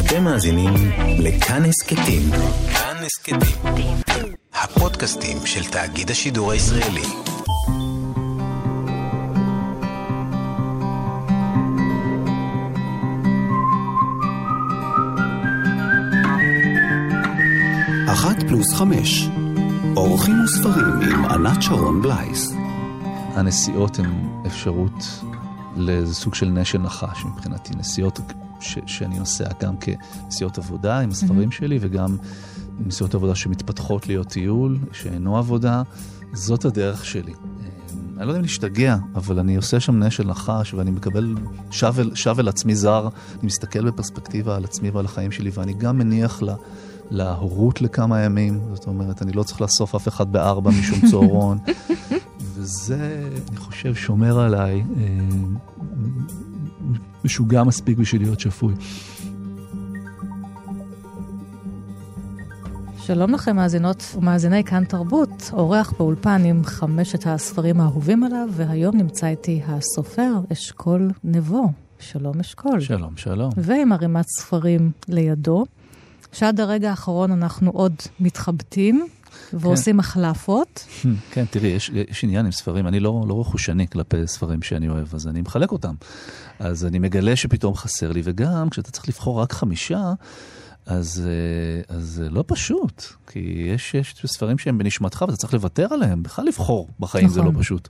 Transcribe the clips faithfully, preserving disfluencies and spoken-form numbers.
אתם מאזינים לכאן הסקטים. כאן הסקטים. הפודקאסטים של תאגיד השידור הישראלי. אחת פלוס חמש. אורחים וספרים עם ענת שרון בלייס. הנסיעות הן אפשרות לאיזה סוג של נשל נחש מבחינתי. נסיעות ש- שאני עושה גם כנסיעות עבודה עם הספרים mm-hmm. שלי, וגם נסיעות עבודה שמתפתחות להיות טיול, שאינו עבודה. זאת הדרך שלי. אני לא יודע אם להשתגע, אבל אני עושה שם נשל נחש, ואני מקבל שווה, שווה לעצמי זר. אני מסתכל בפרספקטיבה על עצמי ועל החיים שלי, ואני גם מניח לה, להורות לכמה ימים. זאת אומרת, אני לא צריך לאסוף אף אחד בארבע משום צהרון. וזה, אני חושב, שומר עליי אה, משוגע מספיק בשביל להיות שפוי. שלום לכם מאזינות ומאזיני כאן תרבות, אורח באולפן עם חמשת הספרים האהובים עליו, והיום נמצא איתי הסופר אשכול נבו. שלום אשכול. שלום, שלום. ועם ערימת ספרים לידו, שעד הרגע האחרון אנחנו עוד מתחבטים, ועושים כן. החלפות. כן, תראי, יש, יש עניין עם ספרים, אני לא, לא רכושני כלפי ספרים שאני אוהב, אז אני מחלק אותם. אז אני מגלה שפתאום חסר לי, וגם כשאתה צריך לבחור רק חמישה, אז, אז זה לא פשוט, כי יש, יש ספרים שהם בנשמתך, ואתה צריך לוותר עליהם, בכלל לבחור בחיים נכון. זה לא פשוט.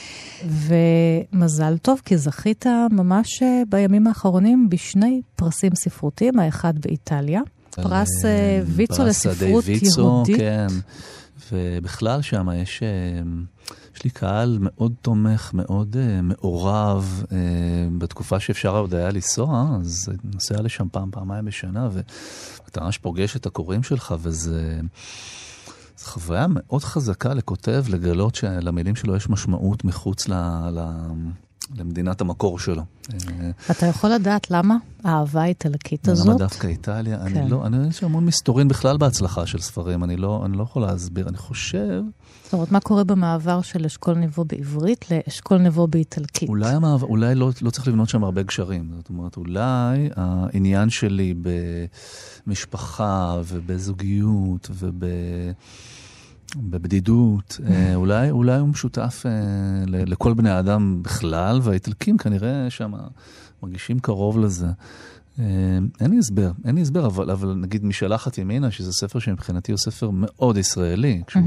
ומזל טוב, כי זכית ממש בימים האחרונים בשני פרסים ספרותיים, האחד באיטליה, פרס ויצו לספרות יהודית. כן, ובכלל שם יש, יש לי קהל מאוד תומך, מאוד מעורב, בתקופה שאפשר עוד היה לנסוע, אז נוסע לשם פעם, פעמיים בשנה, ואתה ממש פוגש את הקוראים שלך, וזה זו חוויה מאוד חזקה לכותב, לגלות שלמילים שלו יש משמעות מחוץ ל... ל למדינת המקור שלו. אתה יכול לדעת למה האהבה האיטלקית הזאת? למה דווקא איטליה? כן. אני לא, אני יש המון מסתורין בכלל בהצלחה של ספרים, אני לא, אני לא יכול להסביר, אני חושב... זאת אומרת, מה קורה במעבר של אשכול נבו בעברית לאשכול נבו באיטלקית? אולי, המעבר, אולי לא, לא צריך לבנות שם הרבה גשרים, זאת אומרת, אולי העניין שלי במשפחה ובזוגיות וב... בבדידות, אולי, אולי הוא משותף לכל בני האדם בכלל, והאיטלקים כנראה שם מרגישים קרוב לזה. אין לי הסבר, אין לי הסבר, אבל, אבל נגיד משלחת ימינה, שזה ספר שמבחינתי הוא ספר מאוד ישראלי, כשהוא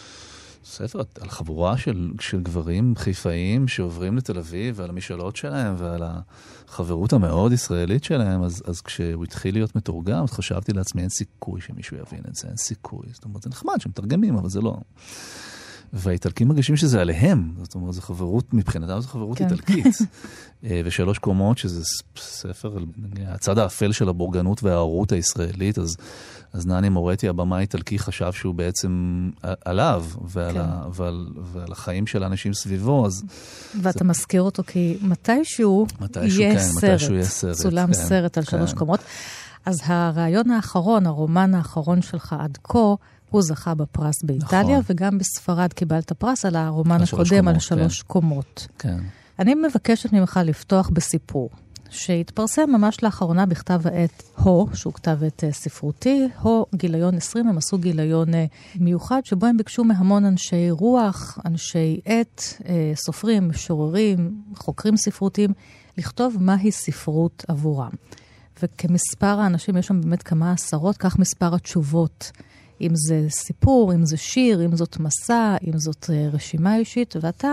ספר על חבורה של, של גברים חיפאים שעוברים לתל אביב, ועל המשאלות שלהם, ועל החברות המאוד ישראלית שלהם, אז, אז כשהוא התחיל להיות מתורגם, אז חשבתי לעצמי, אין סיכוי שמישהו יבין את זה, אין סיכוי. זאת אומרת, זה נחמד שמתרגמים, אבל זה לא. והאיטלקים מרגישים שזה עליהם, זאת אומרת, זו חברות, מבחינתם זו חברות כן. איטלקית. ושלוש קומות, שזה ספר, הצד האפל של הבורגנות והערות הישראלית, אז, אז נני מורטי, הבמה האיטלקי, חשב שהוא בעצם עליו, ועל, כן. ה, ועל, ועל החיים של האנשים סביבו, אז... ואתה זה... מזכיר אותו כי מתישהו, מתישהו יהיה, כן, סרט, מתישהו יהיה סרט, סולם כן, סרט על כן. שלוש קומות. אז הרעיון האחרון, הרומן האחרון שלך עד כה, הוא זכה בפרס באיטליה, נכון. וגם בספרד קיבלת פרס על הרומן הקודם קומות, על שלוש כן. קומות. כן. אני מבקשת ממך לפתוח בסיפור, שהתפרסם ממש לאחרונה בכתב העת הו, שהוא כתב עת ספרותי, הו גיליון עשרים, הם עשו גיליון מיוחד, שבו הם ביקשו מהמון אנשי רוח, אנשי עת, סופרים, משוררים, חוקרים ספרותיים, לכתוב מהי ספרות עבורם. וכמספר האנשים, יש שם באמת כמה עשרות, כך מספר התשובות, אם זה סיפור, אם זה שיר, אם זאת מסע, אם זאת רשימה אישית, ואתה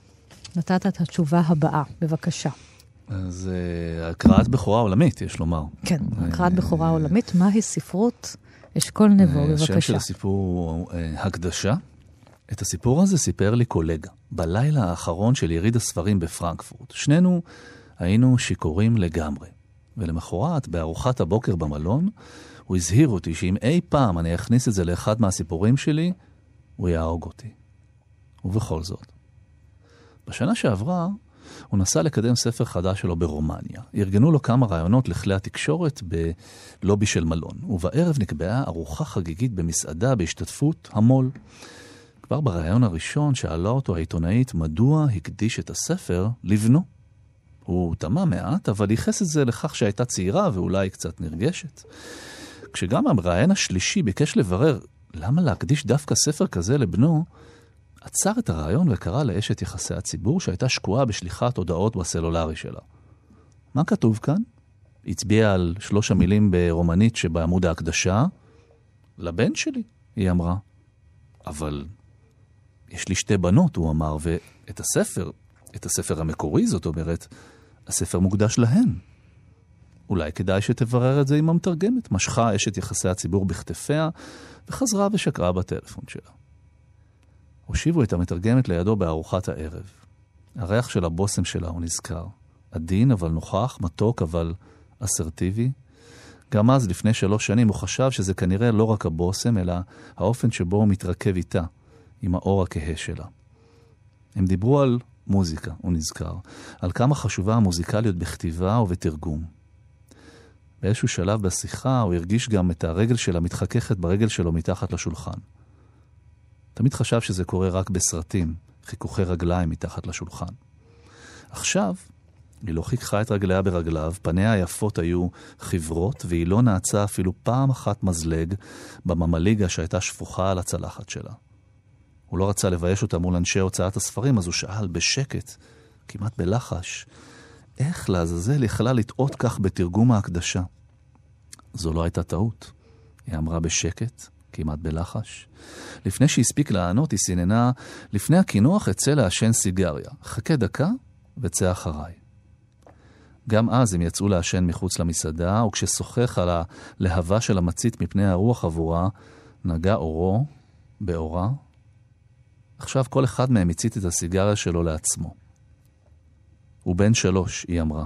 נתת את התשובה הבאה. בבקשה. אז הקראת בכורה עולמית, יש לומר. כן, הקראת בכורה עולמית. מהי ספרות? אשכול נבו, בבקשה. השם של הסיפור הוא הקדשה. את הסיפור הזה סיפר לי קולגה, בלילה האחרון של יריד הספרים בפרנקפורט. שנינו היינו שיכורים לגמרי. ולמחרת, בארוחת הבוקר במלון, הוא הזהיר אותי שאם אי פעם אני אכניס את זה לאחד מהסיפורים שלי, הוא יהרוג אותי. ובכל זאת. בשנה שעברה, הוא נסע לקדם ספר חדש שלו ברומניה. ארגנו לו כמה רעיונות לכלי התקשורת בלובי של מלון, ובערב נקבעה ארוחה חגיגית במסעדה בהשתתפות המול. כבר ברעיון הראשון שאלה אותו העיתונאית מדוע הקדיש את הספר לבנו. הוא תמה מעט, אבל ייחס את זה לכך שהייתה צעירה ואולי קצת נרגשת. כשגם המראיין השלישי ביקש לברר למה להקדיש דווקא ספר כזה לבנו, עצר את הרעיון וקרא לאשת יחסי הציבור שהייתה שקועה בשליחת הודעות בסלולרי שלה. מה כתוב כאן? הצביע על שלוש המילים ברומנית שבעמוד ההקדשה. לבן שלי, היא אמרה. אבל יש לי שתי בנות, הוא אמר, ואת הספר, את הספר המקורי, זאת אומרת, הספר מוקדש להן. אולי כדאי שתברר את זה עם המתרגמת. משכה אשת יחסי הציבור בכתפיה, וחזרה ושקרה בטלפון שלה. הושיבו את המתרגמת לידו בארוחת הערב. הריח של הבוסם שלה הוא נזכר. עדין אבל נוכח, מתוק אבל אסרטיבי. גם אז, לפני שלוש שנים, הוא חשב שזה כנראה לא רק הבוסם, אלא האופן שבו הוא מתרכב איתה, עם האור הכהה שלה. הם דיברו על מוזיקה, הוא נזכר, על כמה חשובה המוזיקליות בכתיבה ובתרגום. באיזשהו שלב בשיחה הוא הרגיש גם את הרגל שלה מתחככת ברגל שלו מתחת לשולחן. תמיד חשב שזה קורה רק בסרטים, חיכוכי רגליים מתחת לשולחן. עכשיו, היא לא חיככה את רגליה ברגליו, פניה היפות היו חברות, והיא לא נעצה אפילו פעם אחת מזלג בממליגה שהייתה שפוכה על הצלחת שלה. הוא לא רצה לבייש אותה מול אנשי הוצאת הספרים, אז הוא שאל בשקט, כמעט בלחש, איך לעזאזל יכלה לטעות כך בתרגום ההקדשה? זו לא הייתה טעות, היא אמרה בשקט, כמעט בלחש. לפני שהספיק לענות, היא סיננה, לפני הכינוח אצא לעשן סיגריה. חכה דקה וצא אחריי. גם אז הם יצאו לעשן מחוץ למסעדה, וכששוחח על הלהבה של המצית מפני הרוח עבורה, נגע אורו באורה. עכשיו כל אחד מהם הצית את הסיגריה שלו לעצמו. הוא בן שלוש, היא אמרה.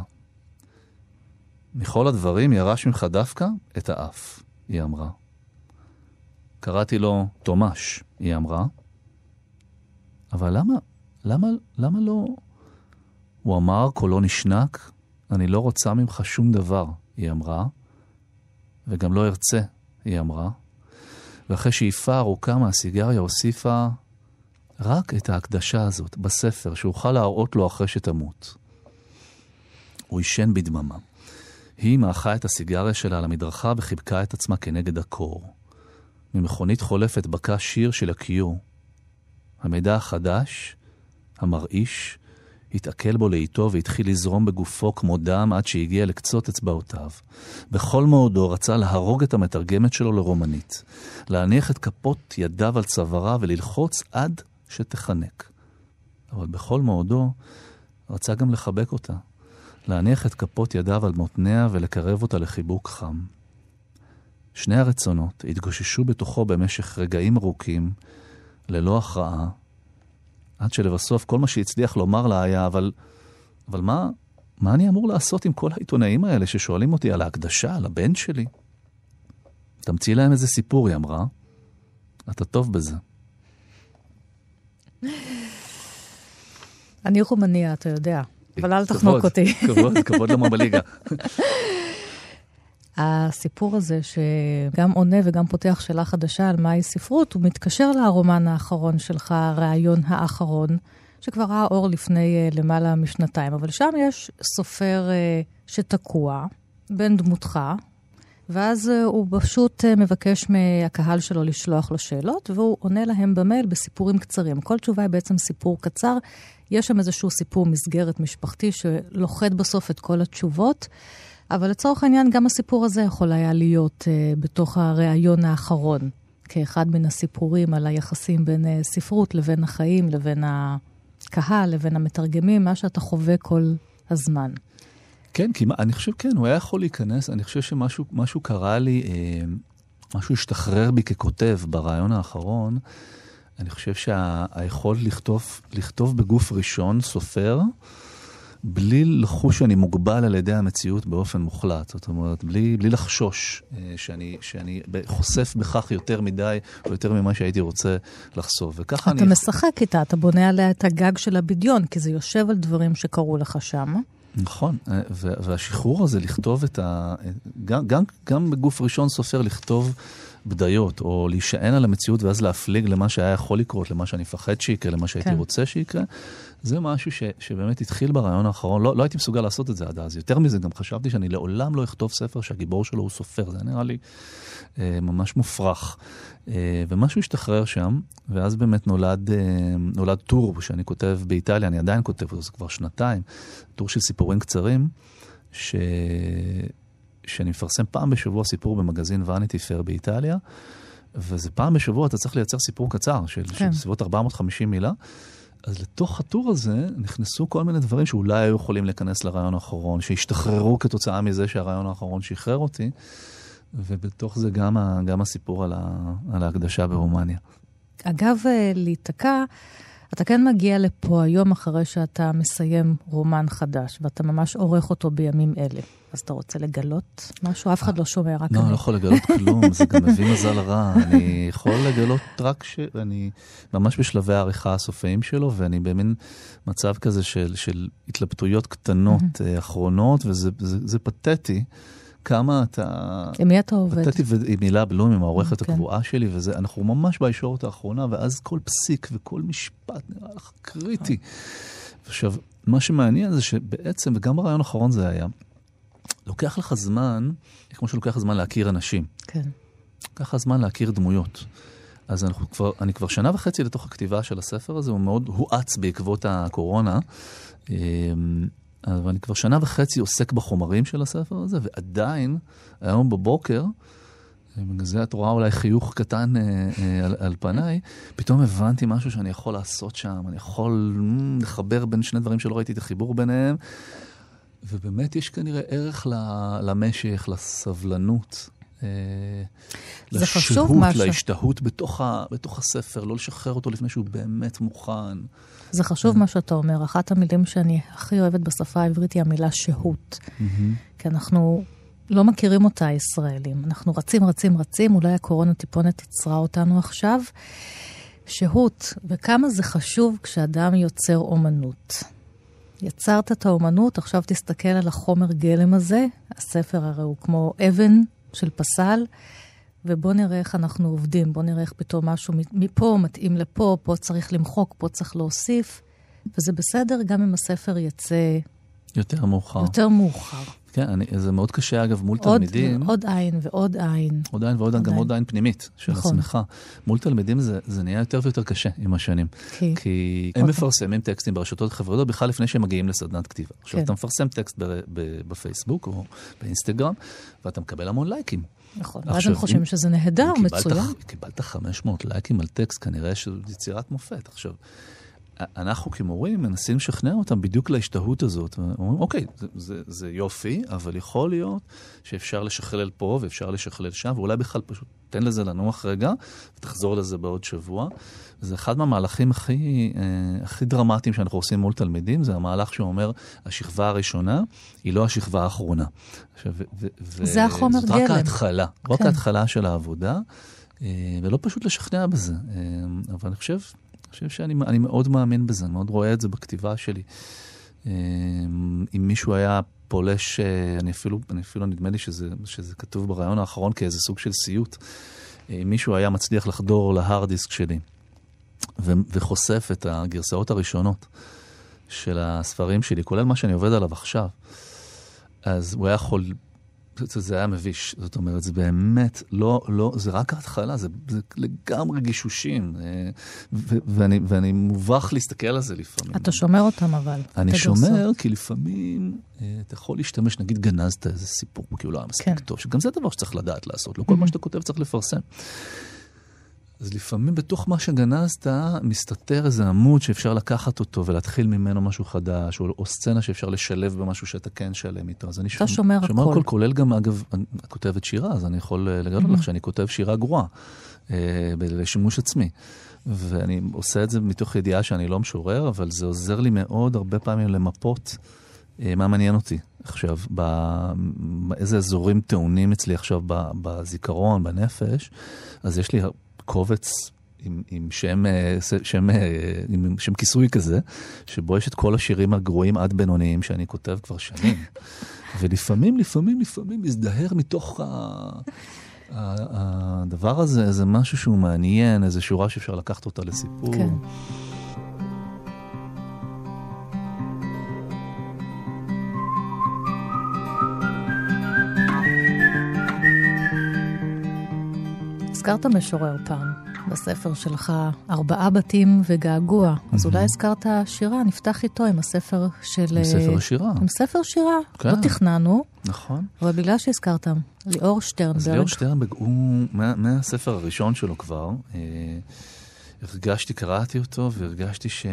מכל הדברים ירש ממך דווקא את האף, היא אמרה. קראתי לו תומש, היא אמרה. אבל למה, למה, למה לא? הוא אמר, קולו נשנק, אני לא רוצה ממך שום דבר, היא אמרה. וגם לא ארצה, היא אמרה. ואחרי שאיפה ארוכה מהסיגריה הוסיפה רק את ההקדשה הזאת בספר, שאוכל להראות לו אחרי שתמות. הוא ישן בדממה. היא מאחה את הסיגריה שלה על המדרכה וחיבקה את עצמה כנגד הקור. ממכונית חולפת בקע שיר של הקיור. המידע החדש, המרעיש, התעכל בו לאיתו והתחיל לזרום בגופו כמו דם עד שהגיע לקצות אצבעותיו. בכל מאודו רצה להרוג את המתרגמת שלו לרומנית, להניח את כפות ידיו על צווארה וללחוץ עד שתחנק. אבל בכל מאודו רצה גם לחבק אותה, להניח את כפות ידיו על מותניה ולקרב אותה לחיבוק חם. שני הרצונות התגוששו בתוכו במשך רגעים ארוכים, ללא הכרעה, עד שלבסוף כל מה שהצליח לומר לה היה, אבל, אבל מה, מה אני אמור לעשות עם כל העיתונאים האלה ששואלים אותי על ההקדשה, על הבן שלי? תמציא להם איזה סיפור, היא אמרה. אתה טוב בזה. אני רומניה, אתה יודע, אבל אל תחנוק אותי. כבוד, כבוד לממליגה. הסיפור הזה שגם עונה וגם פותח שאלה חדשה על מהי ספרות, הוא מתקשר לרומן האחרון שלך, הרעיון האחרון, שכבר ראה אור לפני למעלה משנתיים. אבל שם יש סופר שתקוע בין דמותך, ואז הוא פשוט מבקש מהקהל שלו לשלוח לו שאלות, והוא עונה להם במייל בסיפורים קצרים. כל תשובה היא בעצם סיפור קצר. יש שם איזשהו סיפור מסגרת משפחתי שלוחד בסוף את כל התשובות, אבל לצורך העניין גם הסיפור הזה יכול היה להיות uh, בתוך הרעיון האחרון, כאחד מן הסיפורים על היחסים בין uh, ספרות לבין החיים, לבין הקהל, לבין המתרגמים, מה שאתה חווה כל הזמן. כן, כי אני חושב, כן, הוא היה יכול להיכנס, אני חושב שמשהו משהו קרה לי, אה, משהו השתחרר בי ככותב ברעיון האחרון, אני חושב שהיכול לכתוב, לכתוב בגוף ראשון סופר, בלי לחוש שאני מוגבל על ידי המציאות באופן מוחלט. זאת אומרת, בלי, בלי לחשוש שאני, שאני חושף בכך יותר מדי, או יותר ממה שהייתי רוצה לחשוף. וככה אתה אני... משחק איתה, אתה בונה עליה את הגג של הבדיון, כי זה יושב על דברים שקרו לך שם. נכון, והשחרור הזה לכתוב את ה... גם, גם, גם בגוף ראשון סופר לכתוב בדיות, או להישען על המציאות ואז להפליג למה שהיה יכול לקרות, למה שאני מפחד שיקרה, למה שהייתי כן. רוצה שיקרה, זה משהו ש, שבאמת התחיל ברעיון האחרון. לא, לא הייתי מסוגל לעשות את זה עד אז. יותר מזה, גם חשבתי שאני לעולם לא אכתוב ספר שהגיבור שלו הוא סופר. זה נראה לי אה, ממש מופרך. אה, ומשהו השתחרר שם, ואז באמת נולד, אה, נולד טור שאני כותב באיטליה, אני עדיין כותב, זה כבר שנתיים, טור של סיפורים קצרים, ש... שאני מפרסם פעם בשבוע סיפור במגזין וניטי פייר באיטליה, וזה פעם בשבוע אתה צריך לייצר סיפור קצר, של, כן. של סביבות ארבע מאות וחמישים מילה, אז לתוך הטור הזה נכנסו כל מיני דברים שאולי היו יכולים להיכנס לרעיון האחרון, שהשתחררו כתוצאה מזה שהרעיון האחרון שחרר אותי, ובתוך זה גם, ה, גם הסיפור על, ה, על ההקדשה ברומניה. אגב, להיתקע, אתה כן מגיע לפה היום אחרי שאתה מסיים רומן חדש, ואתה ממש עורך אותו בימים אלה. אז אתה רוצה לגלות משהו? אף אחד לא שומע, רק לא, אני. לא, לא יכול לגלות כלום, זה גם מביא מזל רע. אני יכול לגלות רק שאני ממש בשלבי העריכה הסופיים שלו, ואני במין מצב כזה של, של התלבטויות קטנות אחרונות, וזה זה, זה פתטי. כמה אתה... עם מי אתה עובד? פתטי עם מילה בלום, עם העורכת הקבועה שלי, וזה, אנחנו ממש בישורת האחרונה, ואז כל פסיק וכל משפט נראה לך קריטי. עכשיו, מה שמעניין זה שבעצם, וגם ברעיון האחרון זה היה, לוקח לך זמן, כמו שלוקח זמן להכיר אנשים. כן. לוקח לך זמן להכיר דמויות. אז אנחנו כבר, אני כבר שנה וחצי לתוך הכתיבה של הספר הזה, הוא מאוד הואץ בעקבות הקורונה, אבל אני כבר שנה וחצי עוסק בחומרים של הספר הזה, ועדיין, היום בבוקר, בגלל זה את רואה אולי חיוך קטן אה, אה, על, על פניי, פתאום הבנתי משהו שאני יכול לעשות שם, אני יכול מ, לחבר בין שני דברים שלא ראיתי את החיבור ביניהם, ובאמת יש כנראה ערך למשך, לסבלנות, אה, לשהות, להשתהות בתוך, ה, בתוך הספר, לא לשחרר אותו לפני שהוא באמת מוכן. זה חשוב מה שאתה אומר. אחת המילים שאני הכי אוהבת בשפה העברית היא המילה שהות. כי אנחנו לא מכירים אותה הישראלים. אנחנו רצים, רצים, רצים. אולי הקורונה טיפונת תצרה אותנו עכשיו. שהות, וכמה זה חשוב כשאדם יוצר אומנות. יצרת את האומנות, עכשיו תסתכל על החומר גלם הזה. הספר הרי הוא כמו אבן של פסל. ובוא נראה איך אנחנו עובדים, בוא נראה איך פתאום משהו מפה מתאים לפה, פה צריך למחוק, פה צריך להוסיף, וזה בסדר גם אם הספר יצא... יותר מאוחר. יותר מאוחר. כן, אני, זה מאוד קשה אגב מול עוד, תלמידים. עוד עין ועוד עין. עוד עין ועוד עין, גם עוד עין פנימית של נכון. עצמך. מול תלמידים זה, זה נהיה יותר ויותר קשה עם השנים. כי, כי הם מפרסמים טקסטים ברשתות חברתיות בכלל לפני שהם מגיעים לסדנת כתיבה. עכשיו, אתה מפרסם טקסט ב, ב, בפייסבוק או באינסטגרם, ואתה מקבל המון לייקים. נכון, ואז הם חושבים שזה נהדר, מצוין. קיבלת חמש מאות לייקים על טקסט, כנראה שזו יצירת מופת. עכשיו, אנחנו כמורים מנסים לשכנע אותם בדיוק להשתהות הזאת. אומרים, אוקיי, זה, זה, זה יופי, אבל יכול להיות שאפשר לשכלל פה ואפשר לשכלל שם, ואולי בכלל פשוט תן לזה לנוח רגע, ותחזור לזה בעוד שבוע. זה אחד מהמהלכים הכי, הכי דרמטיים שאנחנו עושים מול תלמידים, זה המהלך שאומר, השכבה הראשונה היא לא השכבה האחרונה. עכשיו, ו, ו, זה החומר גלם. רק ההתחלה, כן. רק ההתחלה של העבודה, ולא פשוט לשכנע בזה. אבל אני חושב... אני חושב שאני אני מאוד מאמין בזה, אני מאוד רואה את זה בכתיבה שלי. אם מישהו היה פולש, אני אפילו, אני אפילו נדמה לי שזה, שזה כתוב ברעיון האחרון כאיזה סוג של סיוט. אם מישהו היה מצליח לחדור להארד דיסק שלי, ו- וחושף את הגרסאות הראשונות של הספרים שלי, כולל מה שאני עובד עליו עכשיו, אז הוא היה יכול... זה היה מביש, זאת אומרת, זה באמת, לא, לא, זה רק ההתחלה, זה, זה לגמרי גישושים, ו, ואני, ואני מובך להסתכל על זה לפעמים. אתה שומר אותם אבל. אני שומר, כי לפעמים אתה יכול להשתמש, נגיד גנזת איזה סיפור, כי הוא לא היה מספיק כן. טוב, שגם זה דבר שצריך לדעת לעשות, לא כל mm-hmm. מה שאתה כותב צריך לפרסם. אז לפעמים בתוך מה שגנזת, מסתתר איזה עמוד שאפשר לקחת אותו ולהתחיל ממנו משהו חדש, או, או סצנה שאפשר לשלב במשהו שאתה כן שלם איתו. אז אני אתה שומר הכל. שומר הכל, כולל גם, אגב, אני כותבת שירה, אז אני יכול לגלות mm-hmm. לך שאני כותב שירה גרועה, אה, לשימוש עצמי. ואני עושה את זה מתוך ידיעה שאני לא משורר, אבל זה עוזר לי מאוד הרבה פעמים למפות אה, מה מעניין אותי. עכשיו, באיזה אזורים טעונים אצלי עכשיו בזיכרון, בנפש, אז יש לי... קובץ עם, עם שם, שם, עם שם כיסוי כזה, שבו יש את כל השירים הגרועים עד בינוניים שאני כותב כבר שנים. ולפעמים, לפעמים, לפעמים מזדהר מתוך ה... הדבר הזה זה משהו שהוא מעניין, איזו שורה שאפשר לקחת אותה לסיפור. כן. הזכרת משורר פעם, בספר שלך, ארבעה בתים וגעגוע. אז אולי הזכרת שירה, נפתח איתו עם הספר של... עם ספר השירה. עם ספר שירה. כן. לא תכננו. נכון. אבל בגלל שהזכרת, ליאור שטרנברג. אז ליאור שטרנברג, הוא, מה, מהספר הראשון שלו כבר, אה, הרגשתי, קראתי אותו, והרגשתי ש...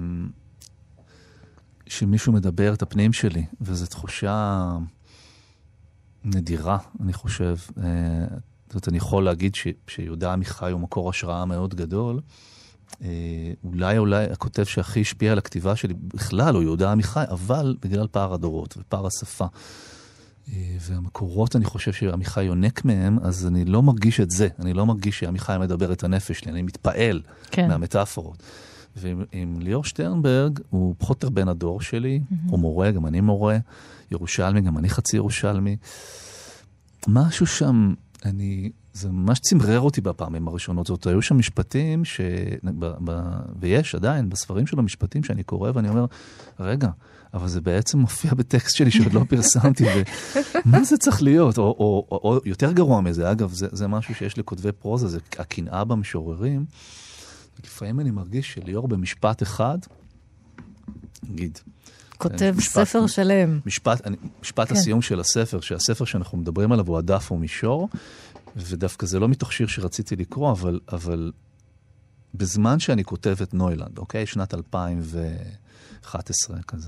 שמישהו מדבר את הפנים שלי, וזו תחושה נדירה, אני חושב. אה, זאת אומרת, אני יכול להגיד ש, שיהודה עמיחי הוא מקור השראה מאוד גדול. אה, אולי, אולי הכותב שהכי השפיע על הכתיבה שלי בכלל הוא יהודה עמיחי, אבל בגלל פער הדורות ופער השפה. אה, והמקורות, אני חושב שעמיחי יונק מהם, אז אני לא מרגיש את זה. אני לא מרגיש שעמיחי מדבר את הנפש שלי, אני מתפעל כן. מהמטאפורות. ועם ליאור שטרנברג, הוא פחות או יותר בן הדור שלי, mm-hmm. הוא מורה, גם אני מורה, ירושלמי, גם אני חצי ירושלמי. משהו שם... אני, זה ממש צמרר אותי בפעמים הראשונות. זאת, היו שם משפטים ש... ב, ב, ויש עדיין בספרים של המשפטים שאני קורא ואני אומר, רגע, אבל זה בעצם מופיע בטקסט שלי שעוד לא פרסמתי, ומה זה צריך להיות? או, או, או, או יותר גרוע מזה, אגב, זה, זה משהו שיש לכותבי פרוזה, זה הקנאה במשוררים. לפעמים אני מרגיש שליאור במשפט אחד, נגיד, כותב משפט, ספר שלם. משפט, אני, משפט כן. הסיום של הספר, שהספר שאנחנו מדברים עליו הוא הדף או מישור, ודווקא זה לא מתוך שיר שרציתי לקרוא, אבל, אבל בזמן שאני כותב את נוילנד, אוקיי? שנת אלפיים ואחת עשרה כזה,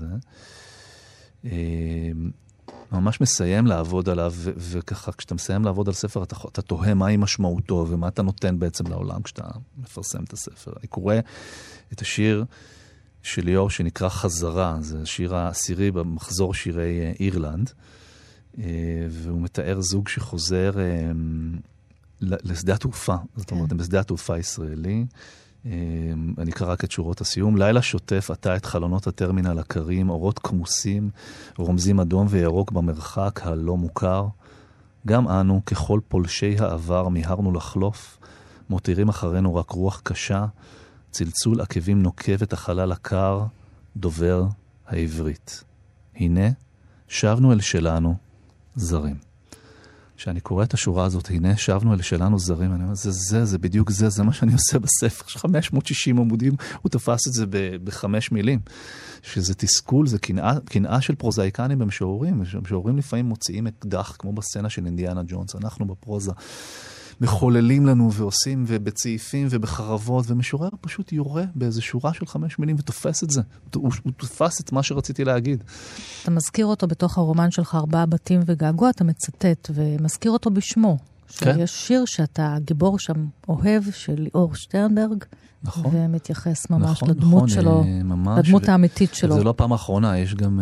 ממש מסיים לעבוד עליו, ו- וככה כשאתה מסיים לעבוד על ספר, אתה, אתה תוהה מהי משמעותו, ומה אתה נותן בעצם לעולם כשאתה מפרסם את הספר. אני קורא את השיר של ליאור שנקרא חזרה, זה השיר העשירי במחזור שירי אירלנד, והוא מתאר זוג שחוזר לשדה התעופה, זאת אומרת, בשדה התעופה הישראלי. אני אקרא רק את שורות הסיום. לילה שוטף עתה את חלונות הטרמינל הקרים, אורות כמוסים, רומזים אדום וירוק במרחק הלא מוכר. גם אנו, ככל פולשי העבר, מיהרנו לחלוף, מותירים אחרינו רק רוח קשה, צלצול עקבים נוקב את החלל הקר, דובר העברית. הנה, שבנו אל שלנו, זרים. כשאני קורא את השורה הזאת, הנה, שבנו אל שלנו זרים, אני אומר, זה זה, זה בדיוק זה, זה מה שאני עושה בספר, יש חמש מאות ושישים עמודים, הוא תפס את זה בחמש מילים, שזה תסכול, זה קנאה, קנאה של פרוזאיקנים במשוררים, משוררים לפעמים מוציאים אקדח, כמו בסצנה של אינדיאנה ג'ונס, אנחנו בפרוזה, מחוללים לנו ועושים ובצעיפים ובחרבות, ומשורר פשוט יורה באיזו שורה של חמש מילים ותופס את זה. הוא, הוא תופס את מה שרציתי להגיד. אתה מזכיר אותו בתוך הרומן שלך, ארבעה בתים וגעגוע, אתה מצטט ומזכיר אותו בשמו. כן. יש שיר שאתה גיבור שם אוהב של ליאור שטרנברג, נכון. ומתייחס ממש נכון, לדמות נכון, שלו, ממש, לדמות האמיתית שלו. זה לא פעם האחרונה, יש גם...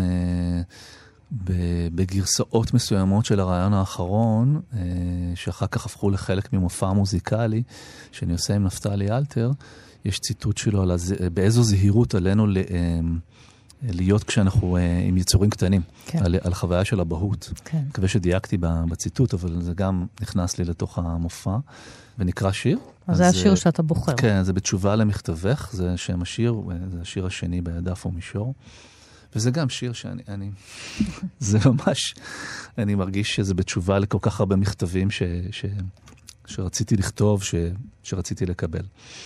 בגרסאות מסוימות של הרעיון האחרון, שאחר כך הפכו לחלק ממופע מוזיקלי, שאני עושה עם נפתלי אלתר, יש ציטוט שלו על באיזו זהירות עלינו להיות כשאנחנו עם יצורים קטנים, כן. על, על חוויה של הבהות. כן. מקווה שדייקתי בציטוט, אבל זה גם נכנס לי לתוך המופע, ונקרא שיר. אז זה השיר שאתה בוחר. כן, זה בתשובה למכתבך, זה שם השיר, זה השיר השני בידף ומישור. וזה גם שיר שאני, אני, זה ממש, אני מרגיש שזה בתשובה לכל כך הרבה מכתבים ש, ש, שרציתי לכתוב, ש, שרציתי לקבל.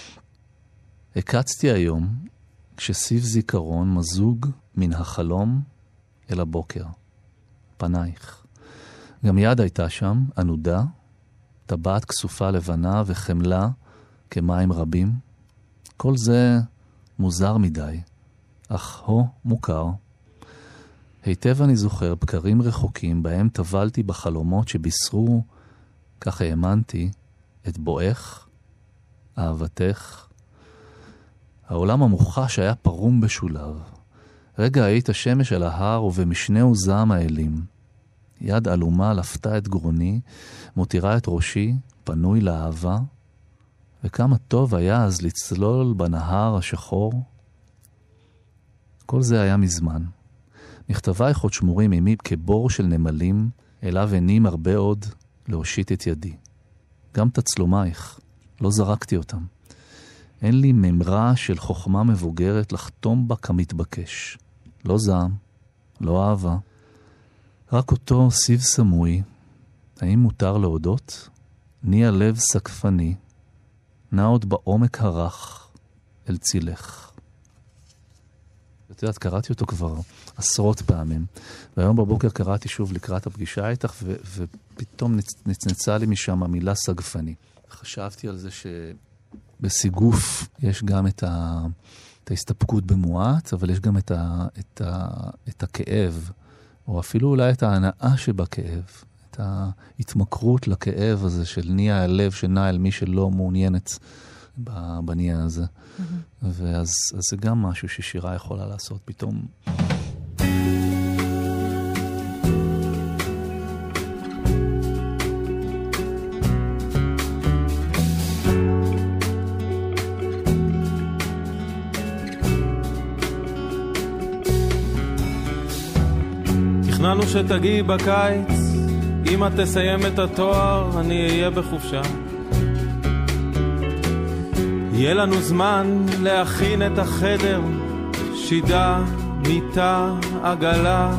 הקצתי היום, כשסיב זיכרון מזוג מן החלום אל הבוקר, פנייך. גם יד הייתה שם, ענודה, טבעת כסופה לבנה וחמלה כמים רבים. כל זה מוזר מדי. אך הו מוכר. היטב אני זוכר בקרים רחוקים בהם טבלתי בחלומות שבישרו, כך האמנתי, את בואך, אהבתך. העולם המוחש היה פרום בשולב. רגע היית שמש על ההר ובמשנהו זעם האלים. יד אלומה לפתה את גרוני, מותירה את ראשי, פנוי לאהבה, וכמה טוב היה אז לצלול בנהר השחור. כל זה היה מזמן. מכתבייך עוד שמורים עמי כבור של נמלים, אליו עינים הרבה עוד להושיט את ידי. גם תצלומייך, לא זרקתי אותם. אין לי ממרה של חוכמה מבוגרת לחתום בה כמתבקש. לא זעם, לא אהבה. רק אותו סיב סמוי. האם מותר להודות? ני הלב סקפני. נע עוד בעומק הרך אל צילך. את יודעת, קראתי אותו כבר עשרות פעמים. והיום בבוקר קראתי שוב לקראת הפגישה איתך, ו- ופתאום נצ- נצנצה לי משם המילה סגפני. חשבתי על זה שבסיגוף יש גם את, ה- את ההסתפקות במועט, אבל יש גם את, ה- את, ה- את הכאב, או אפילו אולי את ההנאה שבכאב, את ההתמכרות לכאב הזה של נהיה הלב שנע אל מי שלא מעוניינת בניה הזה. Mm-hmm. ואז אז זה גם משהו ששירה יכולה לעשות פתאום. תכננו שתגיעי בקיץ, אם את תסיים את התואר אני אהיה בחופשה. יהיה לנו זמן להכין את החדר, שידה, מיטה, עגלה.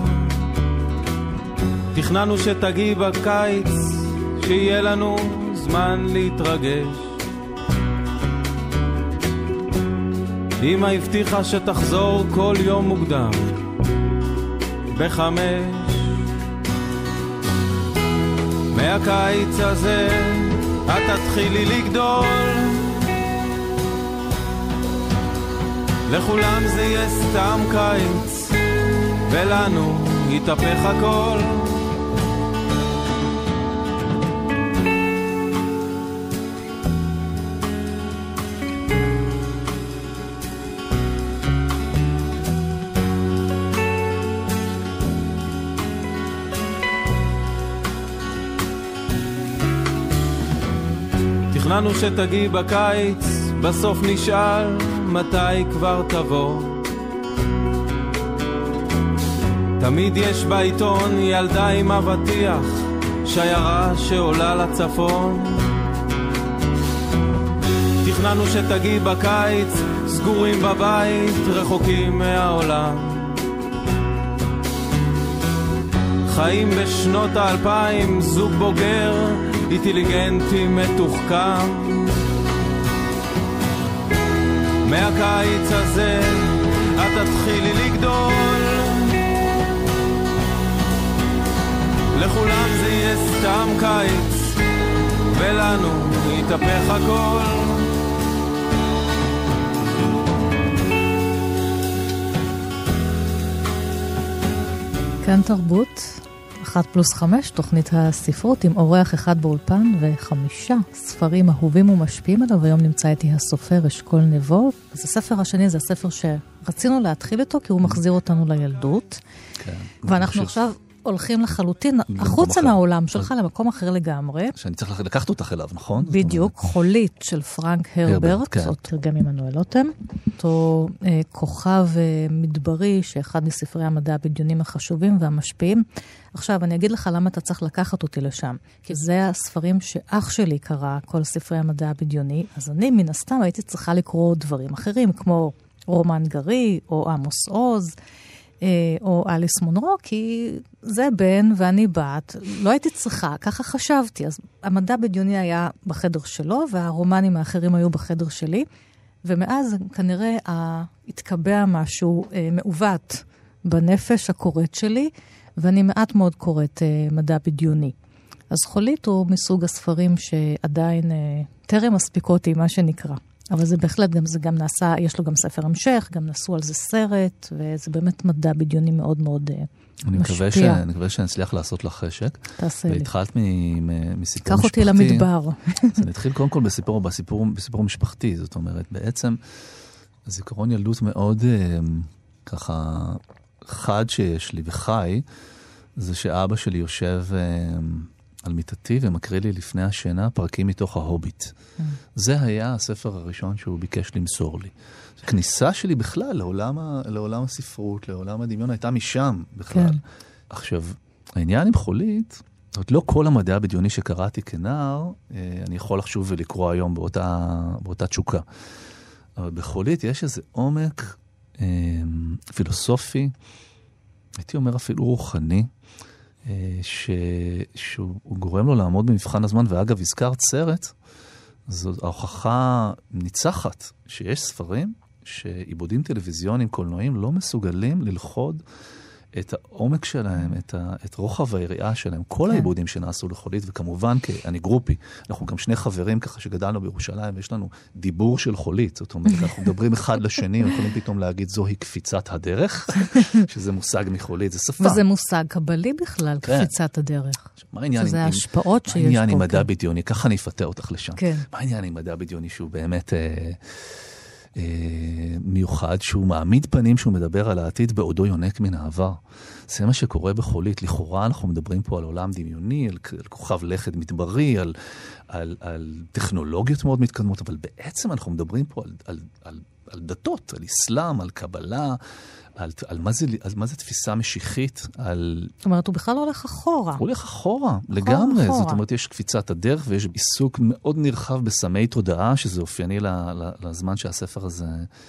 תכננו שתגיעי בקיץ, שיהיה לנו זמן להתרגש. אמא הבטיחה שתחזור כל יום מוקדם בחמש. מהקיץ הזה את תתחילי לגדול, לכולם זה יהיה סתם קיץ, ולנו יתהפך הכל. תכננו שתגיעי בקיץ, בסוף נשאל מתי כבר תבוא. תמיד יש בעיתון ילדה עם אבטיח, שיירה שעולה לצפון. תכננו שתגיעי בקיץ, סגורים בבית, רחוקים מהעולם. חיים בשנות האלפיים, זוג בוגר, אינטליגנטי מתוחכם. מהקיץ הזה את תתחילי לגדול, לכולם זה יהיה סתם קיץ, ולנו יתהפך הכל. כאן תרבות, אחת פלוס חמש, תוכנית הספרות עם אורח אחד באולפן וחמישה ספרים אהובים ומשפיעים עליו. היום נמצא איתי הסופר אשכול נבו. אז הספר השני זה הספר שרצינו להתחיל איתו, כי הוא מחזיר אותנו לילדות. כן. ואנחנו עכשיו הולכים לחלוטין, החוצה מהעולם שלך למקום אחר לגמרי. שאני צריך לקחת אותך אליו, נכון? בדיוק, חולית של פרנק הרברט, זאת תרגם עמנואל לוטם. אותו אה, כוכב אה, מדברי, שאחד מספרי המדע הבדיונים החשובים והמשפיעים. עכשיו, אני אגיד לך למה אתה צריך לקחת אותי לשם. כי זה הספרים שאח שלי קרא, כל ספרי המדע הבדיוני, אז אני מן הסתם הייתי צריכה לקרוא דברים אחרים, כמו רומן גרי, או עמוס עוז, או אליס מונרו, כי זה בן ואני בת, לא הייתי צריכה, ככה חשבתי. אז המדע בדיוני היה בחדר שלו, והרומנים האחרים היו בחדר שלי, ומאז כנראה התקבע משהו מעוות בנפש הקוראת שלי, ואני מעט מאוד קוראת מדע בדיוני. אז חולית הוא מסוג הספרים שעדיין טרם מספיקותי, מה שנקרא. אבל זה בהחלט, גם, זה גם נעשה, יש לו גם ספר המשך, גם נעשו על זה סרט, וזה באמת מדע בדיוני מאוד מאוד אני משפיע. מקווה, ש... אני מקווה שאני אצליח לעשות לך חשק. תעשה לי. והתחלת מ... מסיפור קח משפחתי. אותי למדבר. אז נתחיל קודם כל בסיפור, בסיפור, בסיפור משפחתי. זאת אומרת, בעצם, הזיכרון ילדות מאוד ככה חד שיש לי וחי, זה שאבא שלי יושב על מיטתי ומקריא לי לפני השינה פרקים מתוך ההוביט. Mm. זה היה הספר הראשון שהוא ביקש למסור לי. הכניסה שלי בכלל לעולם, ה, לעולם הספרות, לעולם הדמיון, הייתה משם בכלל. כן. עכשיו, העניין עם חולית, זאת אומרת, לא כל המדע הבדיוני שקראתי כנער, אני יכול לחשוב ולקרוא היום באותה, באותה תשוקה. אבל בחולית יש איזה עומק פילוסופי, הייתי אומר אפילו רוחני, ש... שהוא גורם לו לעמוד במבחן הזמן, ואגב, הזכרת סרט, זו ההוכחה ניצחת שיש ספרים שעיבודים טלוויזיוניים קולנועיים לא מסוגלים ללכוד את העומק שלהם, את, ה, את רוחב היריעה שלהם, כל כן. העיבודים שנעשו לחולית, וכמובן, כי אני גרופי, אנחנו גם שני חברים ככה שגדלנו בירושלים, ויש לנו דיבור של חולית, זאת אומרת, אנחנו מדברים אחד לשני, יכולים פתאום להגיד, זוהי קפיצת הדרך, שזה מושג מחולית, זה שפה. וזה מושג קבלי בכלל, כן. קפיצת הדרך. מה העניין שזה עם, ההשפעות שיש פה. מה העניין עם כן. מדע בדיוני? ככה אני אפתה אותך לשם. כן. מה העניין עם מדע בדיוני שהוא באמת... אה, מיוחד, שהוא מעמיד פנים שהוא מדבר על העתיד בעודו יונק מן העבר. זה מה שקורה בחולית. לכאורה אנחנו מדברים פה על עולם דמיוני, על, על כוכב לכת מדברי, על, על, על טכנולוגיות מאוד מתקדמות, אבל בעצם אנחנו מדברים פה על, על, על, על דתות, על אסלאם, על קבלה, על, על, מה זה, על מה זה תפיסה משיחית, על... זאת אומרת, הוא בכלל הולך אחורה. הוא הולך אחורה, לגמרי. אחורה. זאת אומרת, יש קפיצת הדרך ויש עיסוק מאוד נרחב בסמי תודעה, שזה אופייני לזמן שהספר הזה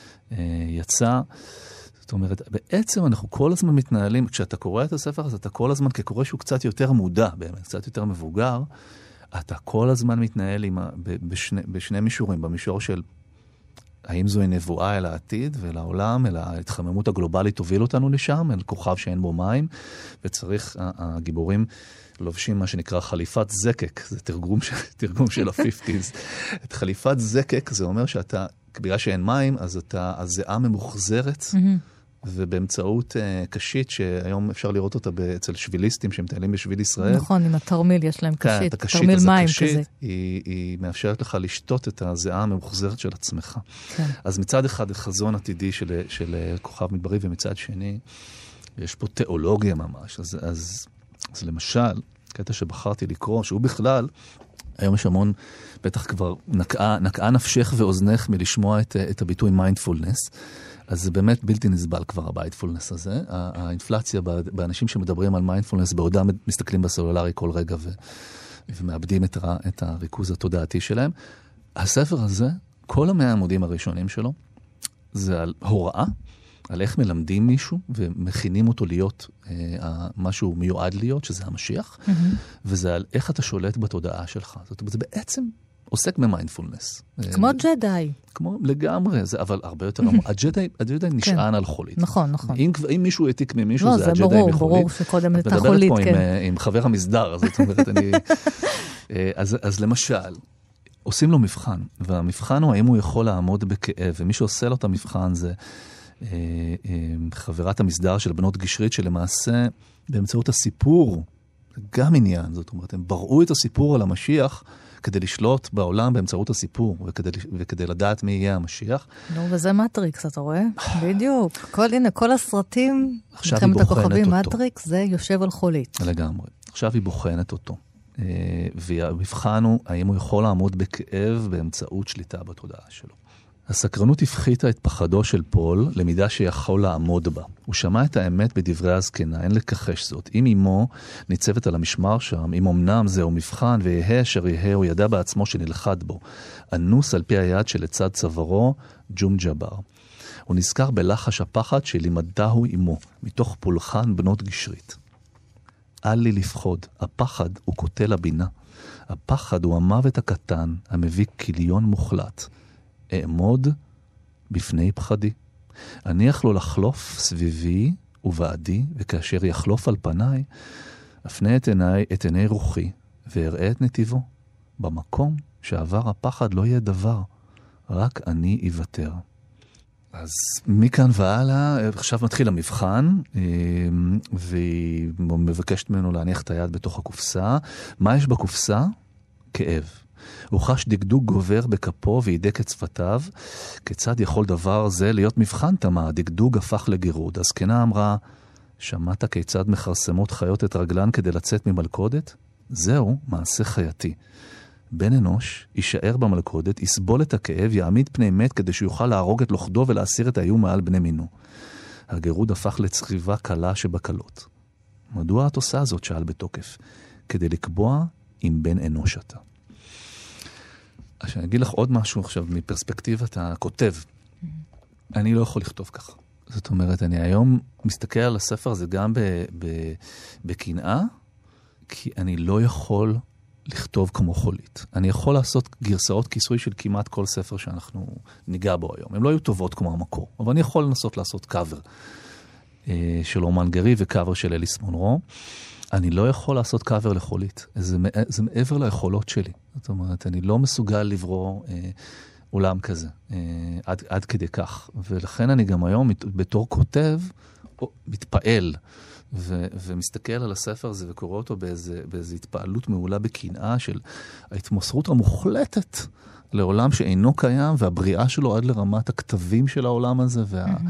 יצא. זאת אומרת, בעצם אנחנו כל הזמן מתנהלים, כשאתה קורא את הספר הזה, אתה כל הזמן, כקורא שהוא קצת יותר מודע, באמת, קצת יותר מבוגר, אתה כל הזמן מתנהל עם, בשני, בשני מישורים, במישור של האם זוהי נבואה אל העתיד ואל העולם, אל ההתחממות הגלובלית תוביל אותנו לשם, אל כוכב שאין בו מים, וצריך, הגיבורים לובשים מה שנקרא חליפת זקק, זה תרגום, תרגום של ה-חמישים. את חליפת זקק זה אומר שאתה, בגלל שאין מים, אז אתה, הזיעה ממוחזרת, ובאמצעות uh, קשית, שהיום אפשר לראות אותה אצל שביליסטים שמטיילים בשביל ישראל. נכון, עם התרמיל יש להם קשית, כן, הקשית, תרמיל מים הקשית, כזה. היא, היא מאפשרת לך לשתות את הזיעה הממוחזרת של עצמך. כן. אז מצד אחד, חזון עתידי של, של כוכב מדברי, ומצד שני, יש פה תיאולוגיה ממש. אז, אז, אז למשל, קטע שבחרתי לקרוא, שהוא בכלל, היום יש המון, בטח כבר נקעה, נקעה נפשך ואוזנך מלשמוע את, את הביטוי מיינדפולנס, אז זה באמת בלתי נסבל כבר המיינדפולנס הזה. האינפלציה באנשים שמדברים על מיינדפולנס, בעודם מסתכלים בסלולרי כל רגע ו, ומאבדים את, ה, את הריכוז התודעתי שלהם. הספר הזה, כל המאה עמודים הראשונים שלו, זה על הוראה, על איך מלמדים מישהו ומכינים אותו להיות אה, מה שהוא מיועד להיות, שזה המשיח, mm-hmm. וזה על איך אתה שולט בתודעה שלך. זאת אומרת, זה בעצם עוסק במיינדפולנס. כמו ג'די. כמו לגמרי, זה, אבל הרבה יותר... הג'די, הג'די נשען על חולית. נכון, נכון. אם, אם מישהו העתיק ממישהו, לא, זה, זה הג'די ברור, מחולית. ברור שקודם את החולית, מדברת פה כן. עם, עם חבר המסדר, זאת אומרת, אני... אז, אז למשל, עושים לו מבחן, והמבחן הוא האם הוא יכול לעמוד בכאב, ומי שעושה לו את המבחן זה חברת המסדר של בנות גשרית, שלמעשה באמצעות הסיפור, גם עניין, זאת אומרת, הם בראו את הסיפור על המשיח, כדי לשלוט בעולם באמצעות הסיפור, וכדי, וכדי לדעת מי יהיה המשיח. נו, וזה מטריקס, אתה רואה? בדיוק. כל, הנה, כל הסרטים, עכשיו היא בוחנת הכוכבים, אותו. מטריקס, זה יושב על חולית. לגמרי. עכשיו היא בוחנת אותו. והמבחן הוא, האם הוא יכול לעמוד בכאב באמצעות שליטה בתודעה שלו. הסקרנות הפחיתה את פחדו של פול למידה שיכול לעמוד בה. הוא שמע את האמת בדברי הזקנה, אין לכחש זאת. אם אמו ניצבת על המשמר שם, אם אמנם זהו מבחן ויהה אשר יהה, הוא ידע בעצמו שנלחד בו. אנוס על פי היד שלצד צווארו, ג'ום ג'בר. הוא נזכר בלחש הפחד שלימדהו אמו, מתוך פולחן בנות גשרית. אל לי לפחוד, הפחד הוא קוטל הבינה. הפחד הוא המוות הקטן, המביא כיליון מוחלט. אעמוד בפני פחדי. אניח לו לחלוף סביבי ובעדי, וכאשר יחלוף על פניי, אפנה את עיני, את עיני רוחי, ואראה את נתיבו. במקום שעבר הפחד לא יהיה דבר, רק אני יוותר. אז מכאן והלאה, עכשיו מתחיל המבחן, והיא מבקשת ממנו להניח את היד בתוך הקופסה. מה יש בקופסה? כאב. הוא חש דקדוק גובר בכפו וידק את שפתיו. כיצד יכול דבר זה להיות מבחן תמה? הדקדוק הפך לגירוד. הזקנה אמרה, שמעת כיצד מחרסמות חיות את רגלן כדי לצאת ממלכודת? זהו מעשה חייתי. בן אנוש יישאר במלכודת, יסבול את הכאב, יעמיד פני מת כדי שיוכל להרוג את לוכדו ולהסיר את האיום מעל בני מינו. הגירוד הפך לצריבה קלה שבקלות. מדוע את עושה זאת? שאל בתוקף. כדי לקבוע אם בן אנוש אתה. עכשיו, אני אגיד לך עוד משהו עכשיו, מפרספקטיבת הכותב. אני לא יכול לכתוב ככה. זאת אומרת, אני היום מסתכל על הספר הזה גם בקנאה, כי אני לא יכול לכתוב כמו חולית. אני יכול לעשות גרסאות כיסוי של כמעט כל ספר שאנחנו ניגע בו היום. הן לא היו טובות כמו המקור, אבל אני יכול לנסות לעשות קאבר של רומן גרי וקאבר של אליס מונרו. אני לא יכול לעשות קאבר לחולית. זה, זה מעבר ליכולות שלי. זאת אומרת, אני לא מסוגל לברוא אה, עולם כזה, אה, עד, עד כדי כך. ולכן אני גם היום, בתור כותב, מתפעל, ו, ומסתכל על הספר הזה וקורא אותו באיזה, באיזה התפעלות מעולה בקנאה של ההתמסרות המוחלטת לעולם שאינו קיים, והבריאה שלו עד לרמת הכתבים של העולם הזה, וה... Mm-hmm.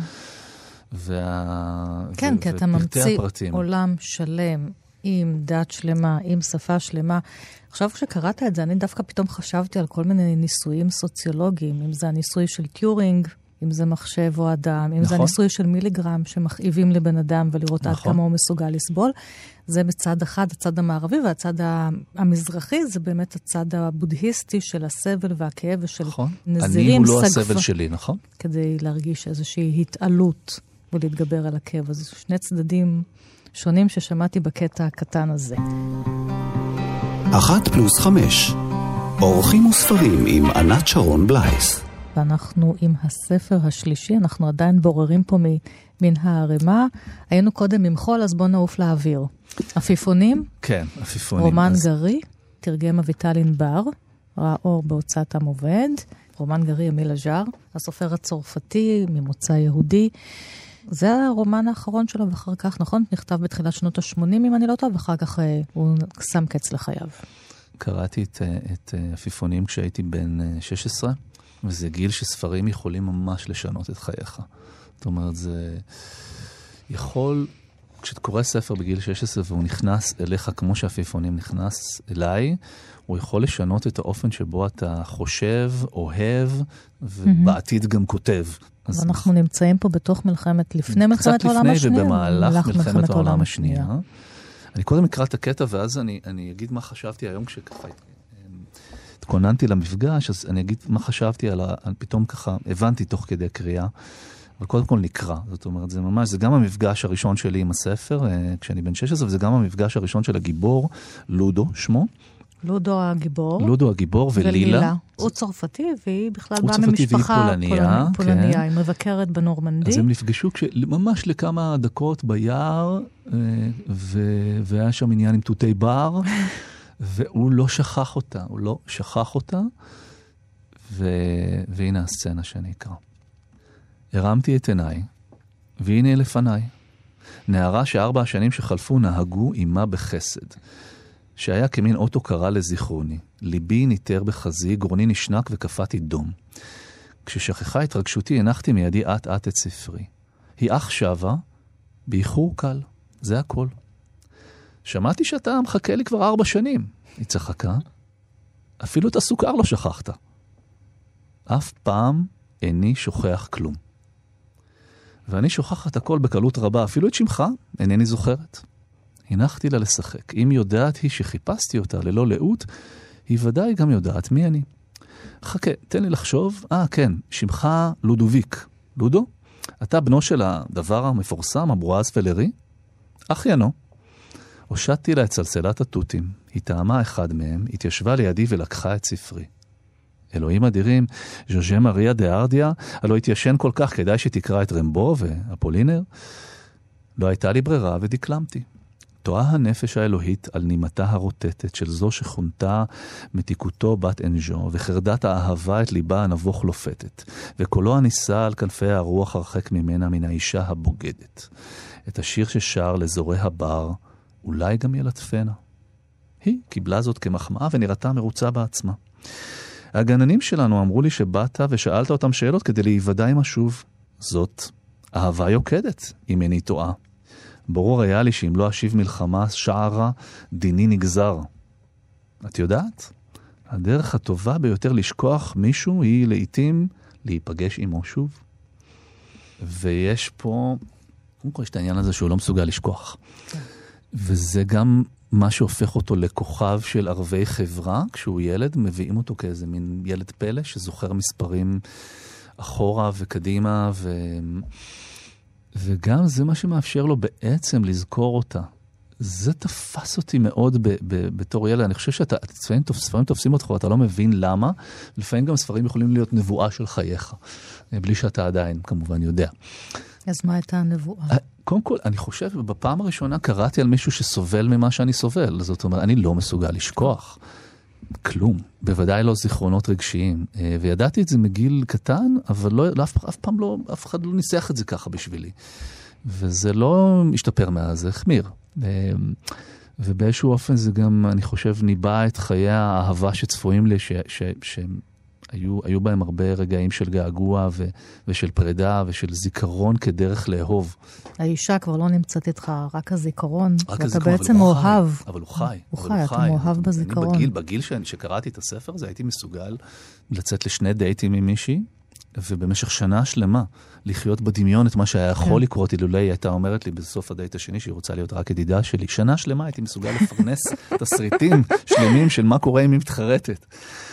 וה... כן, ו... כי אתה ממציא הפרטים. עולם שלם, עם דת שלמה, עם שפה שלמה. עכשיו כשקראת את זה, אני דווקא פתאום חשבתי על כל מיני ניסויים סוציולוגיים, אם זה הניסוי של טיורינג, אם זה מחשב או אדם, אם נכון. זה הניסוי של מיליגרם שמכאיבים לבן אדם ולראות נכון. עד כמה הוא מסוגל לסבול. זה בצד אחד, הצד המערבי, והצד המזרחי זה באמת הצד הבודהיסטי של הסבל והכאב ושל נכון. נזירים. אני הוא לא הסבל שלי, נכון? כדי להרגיש איזושהי התעלות ולהתגבר על הכאב. אז שני צדדים שונים ששמעתי בקטע הקטן הזה. אחת פלוס חמש. אורחים וספרים עם ענת שרון בלייס. ואנחנו עם הספר השלישי, אנחנו עדיין בוררים פה מן הערימה. היינו קודם עם חול, אז בוא נעוף לאוויר. עפיפונים? כן, עפיפונים. רומן אז... גרי, תרגם אביטל ענבר, ראה אור בהוצאת עם עובד. רומן גרי, אמיל אג'אר, הסופר הצרפתי, ממוצא יהודי. זה הרומן האחרון שלו, ואחר כך, נכון? נכתב בתחילת שנות ה-שמונים, אם אני לא טוב, ואחר כך הוא שם קץ לחייו. קראתי את, את עפיפונים כשהייתי בן שש עשרה, וזה גיל שספרים יכולים ממש לשנות את חייך. זאת אומרת, זה יכול, כשאתה קורא ספר בגיל שש עשרה והוא נכנס אליך כמו שעפיפונים נכנס אליי, הוא יכול לשנות את האופן שבו אתה חושב, אוהב, ובעתיד גם כותב. אז אנחנו נמצאים פה בתוך מלחמת, לפני מלחמת העולם השנייה. קצת לפני ובמהלך מלחמת העולם השנייה. אני קודם אקרא את הקטע, ואז אני, אני אגיד מה חשבתי היום כשככה התכוננתי למפגש, אז אני אגיד מה חשבתי על ה... פתאום ככה הבנתי תוך כדי קריאה, אבל קודם כל נקרא. זאת אומרת, זה ממש, זה גם המפגש הראשון שלי עם הספר, כשאני בן שש עשרה, וזה גם המפגש הראשון של הגיבור, לודו, שמו. לודו הגיבור. לודו הגיבור ולילה. הוא צרפתי, והיא בכלל באה ממשפחה פולניה. פולניה, היא מבקרת בנורמנדי. אז הם נפגשו ממש לכמה דקות ביער, והיה שם עניין עם תותי בר, והוא לא שכח אותה, הוא לא שכח אותה, והנה הסצנה שאני אקרא. הרמתי את עיניי, והנה לפניי. נערה שארבע השנים שחלפו נהגו עימה בחסד. שהיה כמין אוטו קרה לזיכרוני. ליבי ניתר בחזי, גרוני נשנק וקפאתי דום. כששכחה התרגשותי, הנחתי מידי עת עת את ספרי. היא אך שווה, באיחור קל. זה הכל. שמעתי שאתה מחכה לי כבר ארבע שנים. היא צחקה. אפילו את הסוכר לא שכחת. אף פעם איני שוכח כלום. ואני שוכחת הכל בקלות רבה, אפילו את שמך אינני זוכרת. הנחתי לה לשחק. אם יודעת היא שחיפשתי אותה ללא לאות, היא ודאי גם יודעת מי אני. חכה, תן לי לחשוב. אה, כן, שמך לודוביק. לודו? אתה בנו של הדבר המפורסם, הברואז פלרי? אחיינו. הושטתי לה את צלצלת התותים. היא טעמה אחד מהם, התיישבה לידי ולקחה את ספרי. אלוהים אדירים, ז'וז'ה מריה דה ארדיה, הלא התיישן כל כך כדאי שתקרא את רמבו ואפולינר. לא הייתה לי ברירה ודקלמתי. תועה הנפש האלוהית על נימתה הרוטטת של זו שכונתה מתיקותו בת אנג'ו, וחרדת האהבה את ליבה הנבוך לופתת, וקולו הניסה על כנפי הרוח הרחק ממנה מן האישה הבוגדת. את השיר ששר לזורי הבר, אולי גם ילטפנה. היא קיבלה זאת כמחמאה ונראתה מרוצה בעצמה. הגננים שלנו אמרו לי שבאת ושאלת אותם שאלות כדי להיוודע עם השוב. זאת אהבה יוקדת, אם איני טועה. ברור היה לי שאם לא אשיב מלחמה שערה, דיני נגזר. את יודעת? הדרך הטובה ביותר לשכוח מישהו היא לעתים להיפגש עמו שוב. ויש פה, קודם כל יש את העניין הזה שהוא לא מסוגל לשכוח. וזה גם מה שהופך אותו לכוכב של ערבי חברה, כשהוא ילד, מביאים אותו כאיזה מין ילד פלא, שזוכר מספרים אחורה וקדימה, ו... וגם זה מה שמאפשר לו בעצם לזכור אותה. זה תפס אותי מאוד ב- ב- בתור ילד. אני חושב שאתה, ספרים, ספרים תופסים אותך, אתה לא מבין למה. לפעמים גם ספרים יכולים להיות נבואה של חייך, בלי שאתה עדיין, כמובן, יודע. אז מה הייתה הנבואה? קודם כל, אני חושב, בפעם הראשונה קראתי על מישהו שסובל ממה שאני סובל. זאת אומרת, אני לא מסוגל לשכוח. כלום. בוודאי לא זיכרונות רגשיים. וידעתי את זה מגיל קטן, אבל לא, לא, אף, אף פעם לא, אף אחד לא ניסח את זה ככה בשבילי. וזה לא השתפר מאז, זה החמיר. ובאיזשהו אופן זה גם, אני חושב, ניבא את חיי האהבה שצפויים לי, ש, ש, שהיו, היו בהם הרבה רגעים של געגוע ו, ושל פרידה ושל זיכרון כדרך לאהוב. האישה כבר לא נמצאת איתך, רק הזיכרון. רק ואתה הזיכרון, בעצם אוהב. אבל הוא חי. הוא חי, אתה מאוהב בזיכרון. אני בגיל, בגיל שקראתי את הספר הזה, הייתי מסוגל לצאת לשני דייטים עם מישהי, ובמשך שנה שלמה לחיות בדמיון את מה שהיה יכול לקרות, אילולא היא הייתה אומרת לי בסוף הדייט השני שהיא רוצה להיות רק ידידה שלי. שנה שלמה הייתי מסוגל לפרנס תסריטים שלמים של מה קורה אם היא מתחרטת.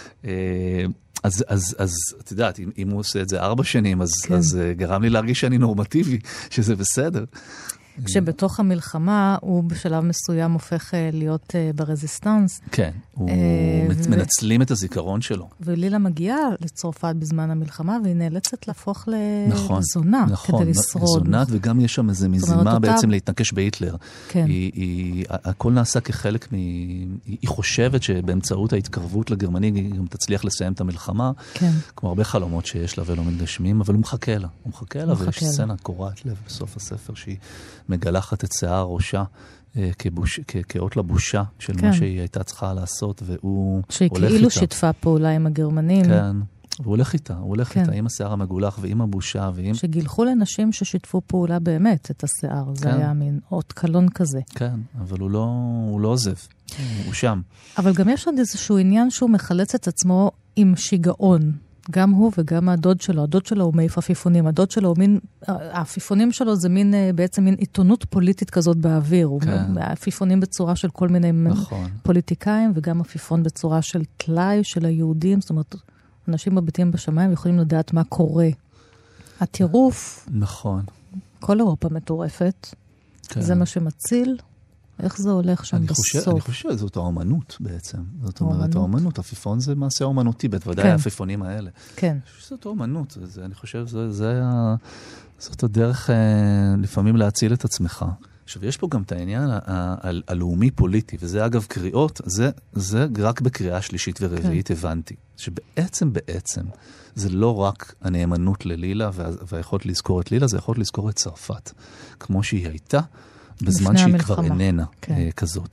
אז, אז, אז, את יודעת, אם, אם הוא עושה את זה ארבע שנים, אז, כן. אז גרם לי להרגיש שאני נורמטיבי, שזה בסדר. כשבתוך המלחמה הוא בשלב מסוים הופך להיות ברזיסטנס. כן, הוא ו... מנצלים את הזיכרון שלו. ולילה מגיעה לצרפת בזמן המלחמה, והיא נאלצת להפוך נכון, לזונה נכון, כדי לשרוד. זונת, וגם יש שם איזו מזימה אותה... בעצם להתנקש בהיטלר. כן. היא, היא, הכל נעשה כחלק מ... היא חושבת שבאמצעות ההתקרבות לגרמני היא גם תצליח לסיים את המלחמה, כן. כמו הרבה חלומות שיש לה ולא מתגשמים, אבל הוא מחכה לה. הוא מחכה לה, ויש סצנה קורעת לב בסוף הספר שהיא מגלחת את שיער ראשה כבוש, כ- כאות לבושה של כן. מה שהיא הייתה צריכה לעשות, והוא הולך איתה. שהיא כאילו שיתפה פעולה עם הגרמנים. כן, והוא הולך איתה, הוא הולך כן. איתה עם השיער המגולח ועם הבושה. ועם... שגילחו לנשים ששיתפו פעולה באמת את השיער, כן. זה היה מין אות קלון כזה. כן, אבל הוא לא, הוא לא עוזב, הוא שם. אבל גם יש עוד איזשהו עניין שהוא מחלץ את עצמו עם שיגעון. גם הוא וגם הדוד שלו. הדוד שלו הוא מעיף עפיפונים. הדוד שלו הוא מין, העפיפונים שלו זה מין, בעצם מין עיתונות פוליטית כזאת באוויר. כן. הוא עפיפונים בצורה של כל מיני נכון. פוליטיקאים, וגם עפיפון בצורה של תלאי של היהודים. זאת אומרת, אנשים בביתים בשמיים יכולים לדעת מה קורה. הטירוף. נכון. כל אירופה מטורפת. כן. זה מה שמציל. איך זה הולך שם אני בסוף? חושב, אני חושב שזאת האומנות בעצם. זאת אומרת, האומנות, עפיפון זה מעשה אומנותי, בוודאי כן. העפיפונים האלה. כן. זאת האומנות, זה, אני חושב, זה, זה, זאת הדרך לפעמים להציל את עצמך. עכשיו, יש פה גם את העניין הלאומי-פוליטי, וזה אגב קריאות, זה, זה רק בקריאה שלישית ורביעית כן. הבנתי. שבעצם, בעצם, זה לא רק הנאמנות ללילה, והיכולת לזכור את לילה, זה יכולת לזכור את צרפת. כמו שהיא הייתה, בזמן שהיא המלחמה. כבר איננה כן. כזאת.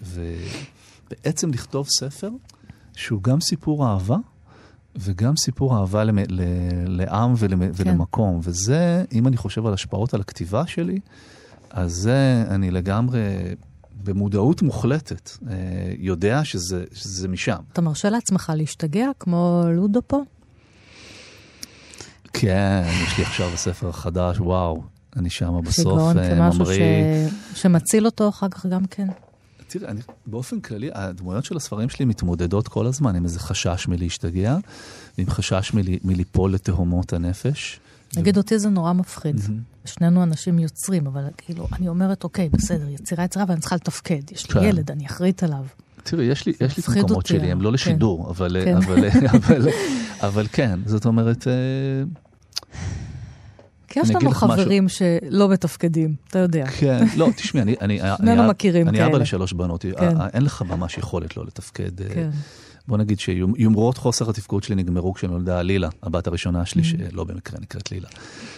ובעצם לכתוב ספר שהוא גם סיפור אהבה, וגם סיפור אהבה למ... ל... לעם ולמ... כן. ולמקום. וזה, אם אני חושב על השפעות על הכתיבה שלי, אז זה אני לגמרי במודעות מוחלטת, יודע שזה, שזה משם. אתה מרשה לעצמך להשתגע כמו לודו פה? כן, יש לי עכשיו הספר החדש, וואו. אני שם בסוף ממריא. ש... שמציל אותו אחר כך גם כן. תראה, אני, באופן כללי, הדמויות של הספרים שלי מתמודדות כל הזמן, עם איזה חשש מלהשתגע, ועם חשש מל, מליפול לתהומות הנפש. נגיד ו... אותי זה נורא מפחיד. Mm-hmm. שנינו אנשים יוצרים, אבל כאילו, אני אומרת, אוקיי, בסדר, יצירה יצירה, ואני צריכה לתפקד. יש לי ילד, אני אחראית עליו. תראי, יש לי, יש לי את המקומות שלי, הם לא לשידור, כן. אבל, כן. אבל, אבל, אבל כן, זאת אומרת... כי יש לנו חברים משהו... שלא מתפקדים, אתה יודע. כן, לא, תשמע, אני, אני, אני, מכירים אני כאלה. אבא לשלוש בנות, כן. אין לך ממש יכולת לא לתפקד. כן. בוא נגיד שיומרות חוסר התפקוד שלי נגמרו כשנולדה לילה, הבת הראשונה שלי, שלא במקרה נקראת לילה.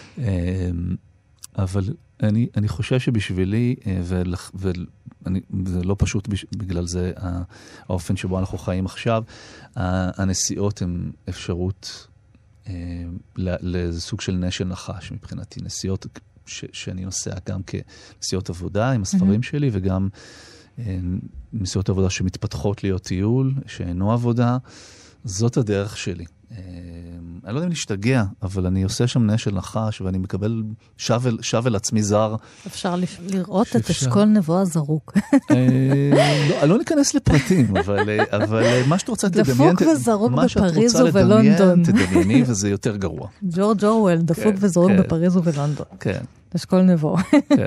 אבל אני, אני חושב שבשבילי, ואני, זה לא פשוט בגלל זה, האופן שבו אנחנו חיים עכשיו, הנסיעות הן אפשרות... לאיזה סוג של נשל נחש מבחינתי, נסיעות ש- שאני נוסע גם כנסיעות עבודה עם הספרים mm-hmm. שלי, וגם נסיעות עבודה שמתפתחות להיות טיול, שאינו עבודה, זאת הדרך שלי. אני לא יודע אם להשתגע, אבל אני עושה שם נש של נחש, ואני מקבל שב אל עצמי זר. אפשר לראות את אשכול נבו הזרוק. לא ניכנס לפרטים, אבל מה שאת רוצה תדמיין, דפוק וזרוק בפריז ובלונדון. תדמייני, וזה יותר גרוע. ג'ורג' אורוול, דפוק וזרוק בפריז ובלונדון. כן. אשכול נבו. כן.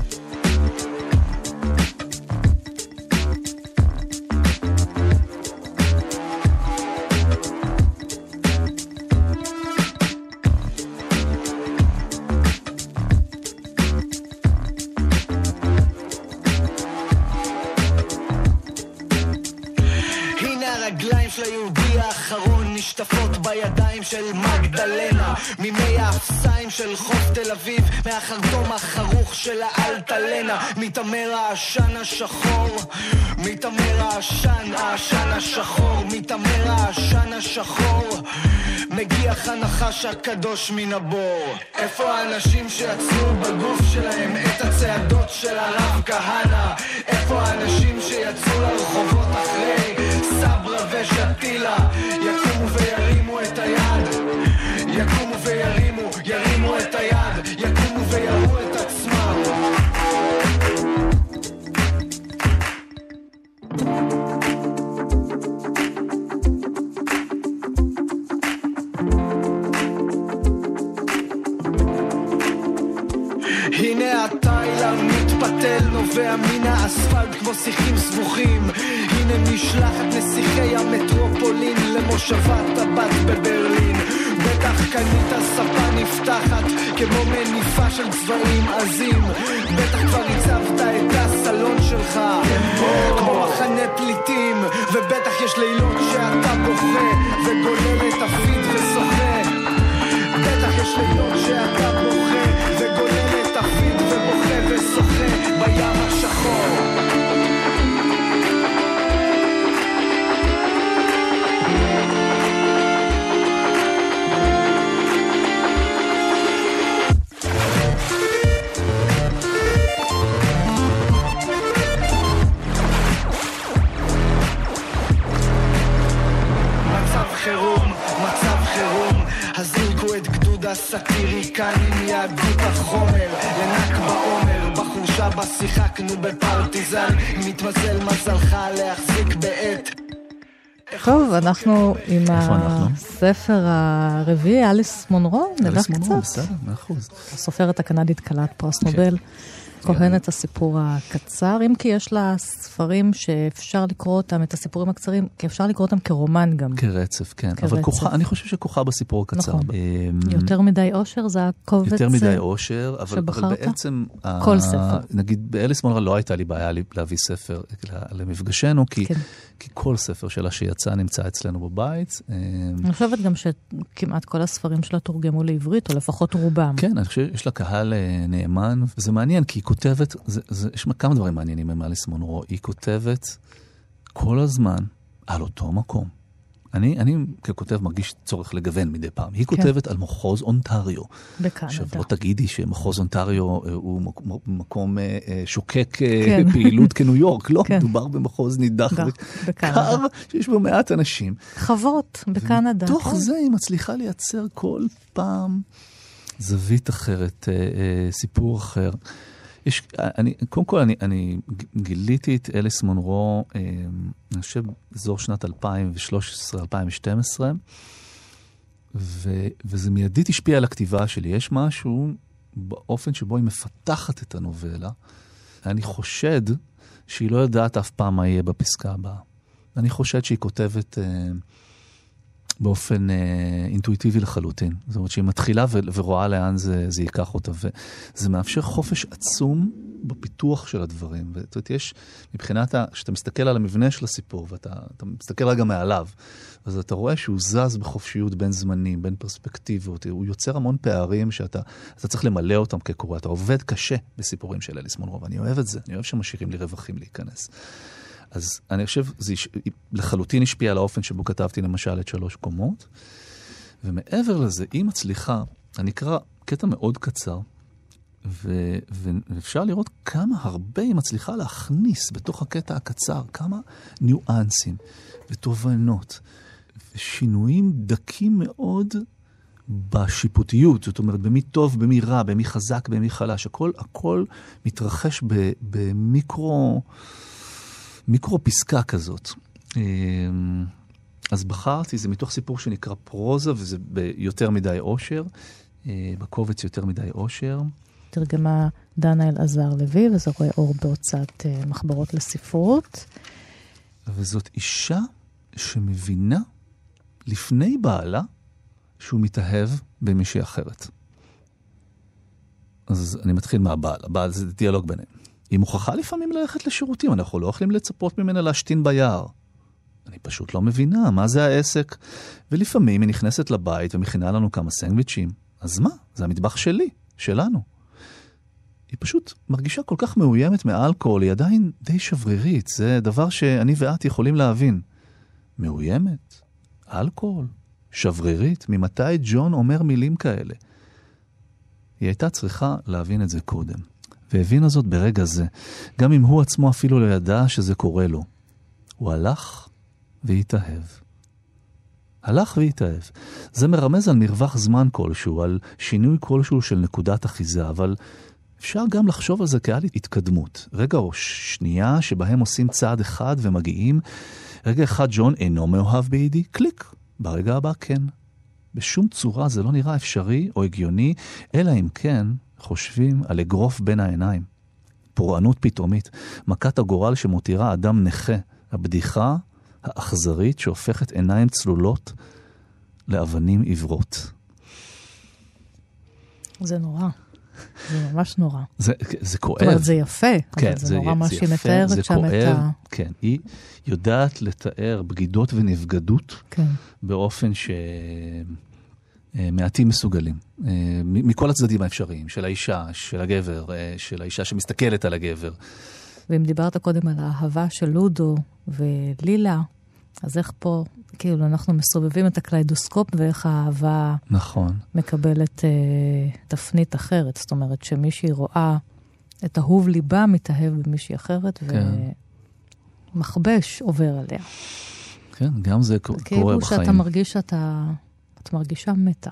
נשטפות בידיים של מגדלנה, ממי האפסיים של חוף תל אביב, מהחרטום החרוך של האלטלנה, מתאמר העשן השחור, מתאמר העשן, העשן השחור, מתאמר העשן השחור, מגיח הנחש הקדוש מן הבור. איפה האנשים שיצרו בגוף שלהם את הצעדות של הרב כהנא? איפה האנשים שיצאו לרחובות אחרי סברה ושתילה? יקומו וירימו את היד, יקומו וירימו, ירימו את היד, יקומו ויראו את עצמם. הנה הטיילר מתפתל, נובע מן האספלט כמו שיחים סבוכים. הנה משלחת נסיכי המטרופולין למושבת הבת בברלין. בטח קנית ספה נפתחת כמו מניפה של צבעים עזים. בטח כבר הצבת את הסלון שלך כמו מחנה פליטים. ובטח יש לילות שאתה בוכה וגולל את הפיד ושוחה. בטח יש לילות שאתה בוכה וגולל את הפיד ובוכה ושוחה בים השחור. סאטיריקנים יהדות החומר לנק בעומר בחורשה בשיחקנו בפרטיזן מתמזל מזלך להחזיק בעת. טוב, אנחנו עם הספר הרביעי, אליס מונרו, נדע קצת. אליס מונרו, בסדר, מאה אחוז. הסופרת הקנדית קלת פרס נובל. כהנת הסיפור הקצר, אם כי יש לה ספרים שאפשר לקרוא אותם, את הסיפורים הקצרים, כי אפשר לקרוא אותם כרומן גם. כרצף, כן. כרצף. אבל כוחה, אני חושב שכוחה בסיפור הקצר. נכון. יותר מדי אושר, זה הקובץ יותר מדי אושר, אבל, אבל בעצם... כל ה... ספר. נגיד, באליס מונרו לא הייתה לי בעיה להביא ספר למפגשנו, כי, כן. כי כל ספר שלה שיצא נמצא אצלנו בבית. אני חושבת גם שכמעט כל הספרים שלה תורגמו לעברית, או לפחות רובם. כן, אני חושב שיש לה קהל נאמן, וזה מעניין, כי היא כותבת, זה, זה, יש כמה דברים מעניינים עם אליס מונרו, היא כותבת כל הזמן על אותו מקום. אני, אני ככותב מרגיש צורך לגוון מדי פעם. היא כותבת כן. על מחוז אונטריו. בקנדה. עכשיו לא תגידי שמחוז אונטריו הוא מקום שוקק כן. פעילות כניו יורק. לא, כן. מדובר במחוז נידח וקר, שיש בו מעט אנשים. חוות בקנדה. תוך כן. זה היא מצליחה לייצר כל פעם זווית אחרת, סיפור אחר. יש, אני, קודם כל, אני, אני גיליתי את אליס מונרו, אה, אני חושב, זו שנת אלפיים ושלוש עשרה אלפיים ושתים עשרה, ו, וזה מיידית השפיע על הכתיבה שלי. יש משהו באופן שבו היא מפתחת את הנובלה. אני חושד שהיא לא יודעת אף פעם מה יהיה בפסקה הבאה. אני חושד שהיא כותבת... אה, באופן אה, אינטואיטיבי לחלוטין. זאת אומרת שהיא מתחילה ו- ורואה לאן זה, זה ייקח אותה. וזה מאפשר חופש עצום בפיתוח של הדברים. זאת אומרת, יש, מבחינת, שאתה מסתכל על המבנה של הסיפור, ואתה אתה מסתכל רגע מעליו, אז אתה רואה שהוא זז בחופשיות בין זמנים, בין פרספקטיבות. הוא יוצר המון פערים שאתה אתה צריך למלא אותם כקורא. אתה עובד קשה בסיפורים של אליס מונרו, ואני אוהב את זה. אני אוהב שמשאירים לי רווחים להיכנס. אז אני חושב, זה לחלוטין השפיע על האופן שבו כתבתי למשל את שלוש קומות, ומעבר לזה, היא מצליחה, אני אקרא קטע מאוד קצר, ו- ואפשר לראות כמה הרבה היא מצליחה להכניס בתוך הקטע הקצר, כמה ניואנסים ותובנות, ושינויים דקים מאוד בשיפוטיות, זאת אומרת, במי טוב, במי רע, במי חזק, במי חלש. הכל, הכל מתרחש ב, במיקרו, מיקרו פסקה כזאת. אז בחרתי, זה מתוך סיפור שנקרא פרוזה, וזה ביותר מדי אושר, בקובץ יותר מדי אושר. תרגמה דנה אלעזר לוי, וזה רואה אור בהוצאת מחברות לספרות. וזאת אישה שמבינה לפני בעלה שהוא מתאהב במישהי אחרת. אז אני מתחיל מהבעל. הבעל זה דיאלוג ביניהם. היא מוכרחה לפעמים ללכת לשירותים, אנחנו לא יכולים לצפות ממנה להשתין ביער. אני פשוט לא מבינה מה זה העסק. ולפעמים היא נכנסת לבית ומכינה לנו כמה סנדוויצ'ים. אז מה? זה המטבח שלי, שלנו. היא פשוט מרגישה כל כך מאוימת מאלכוהול, היא עדיין די שברירית. זה דבר שאני ואת יכולים להבין. מאוימת? אלכוהול? שברירית? ממתי ג'ון אומר מילים כאלה? היא הייתה צריכה להבין את זה קודם. והבינה זאת ברגע זה. גם אם הוא עצמו אפילו לא ידע שזה קורה לו. הוא הלך והתאהב. הלך והתאהב. זה מרמז על מרווח זמן כלשהו, על שינוי כלשהו של נקודת אחיזה, אבל אפשר גם לחשוב על זה כעל התקדמות. רגע או שנייה שבהם עושים צעד אחד ומגיעים, רגע אחד ג'ון אינו מאוהב בידי, קליק. ברגע הבא כן. בשום צורה זה לא נראה אפשרי או הגיוני, אלא אם כן חושבים על אגרוף בין העיניים. פורענות פתאומית, מכת הגורל שמותירה אדם נכה, הבדיחה האכזרית שהופכת עיניים צלולות לאבנים עברות. זה נורא. זה ממש נורא. זה, זה כואב. זאת אומרת, זה יפה, כן, אבל זה, זה נורא מה זה שהיא יפה, מתארת זה שם כואב, את ה... כן, היא יודעת לתאר בגידות ונבגדות כן. באופן ש... מעטים מסוגלים. מכל הצדדים האפשריים, של האישה, של הגבר, של האישה שמסתכלת על הגבר. ואם דיברת קודם על האהבה של לודו ולילה, אז איך פה, כאילו, אנחנו מסובבים את הקליידוסקופ, ואיך האהבה נכון. מקבלת אה, תפנית אחרת. זאת אומרת, שמישהי רואה את אהוב ליבה מתאהב במישהי אחרת, כן. ומחבש עובר עליה. כן, גם זה קורה בחיים. כאילו שאתה מרגיש שאתה, את מרגישה מתה.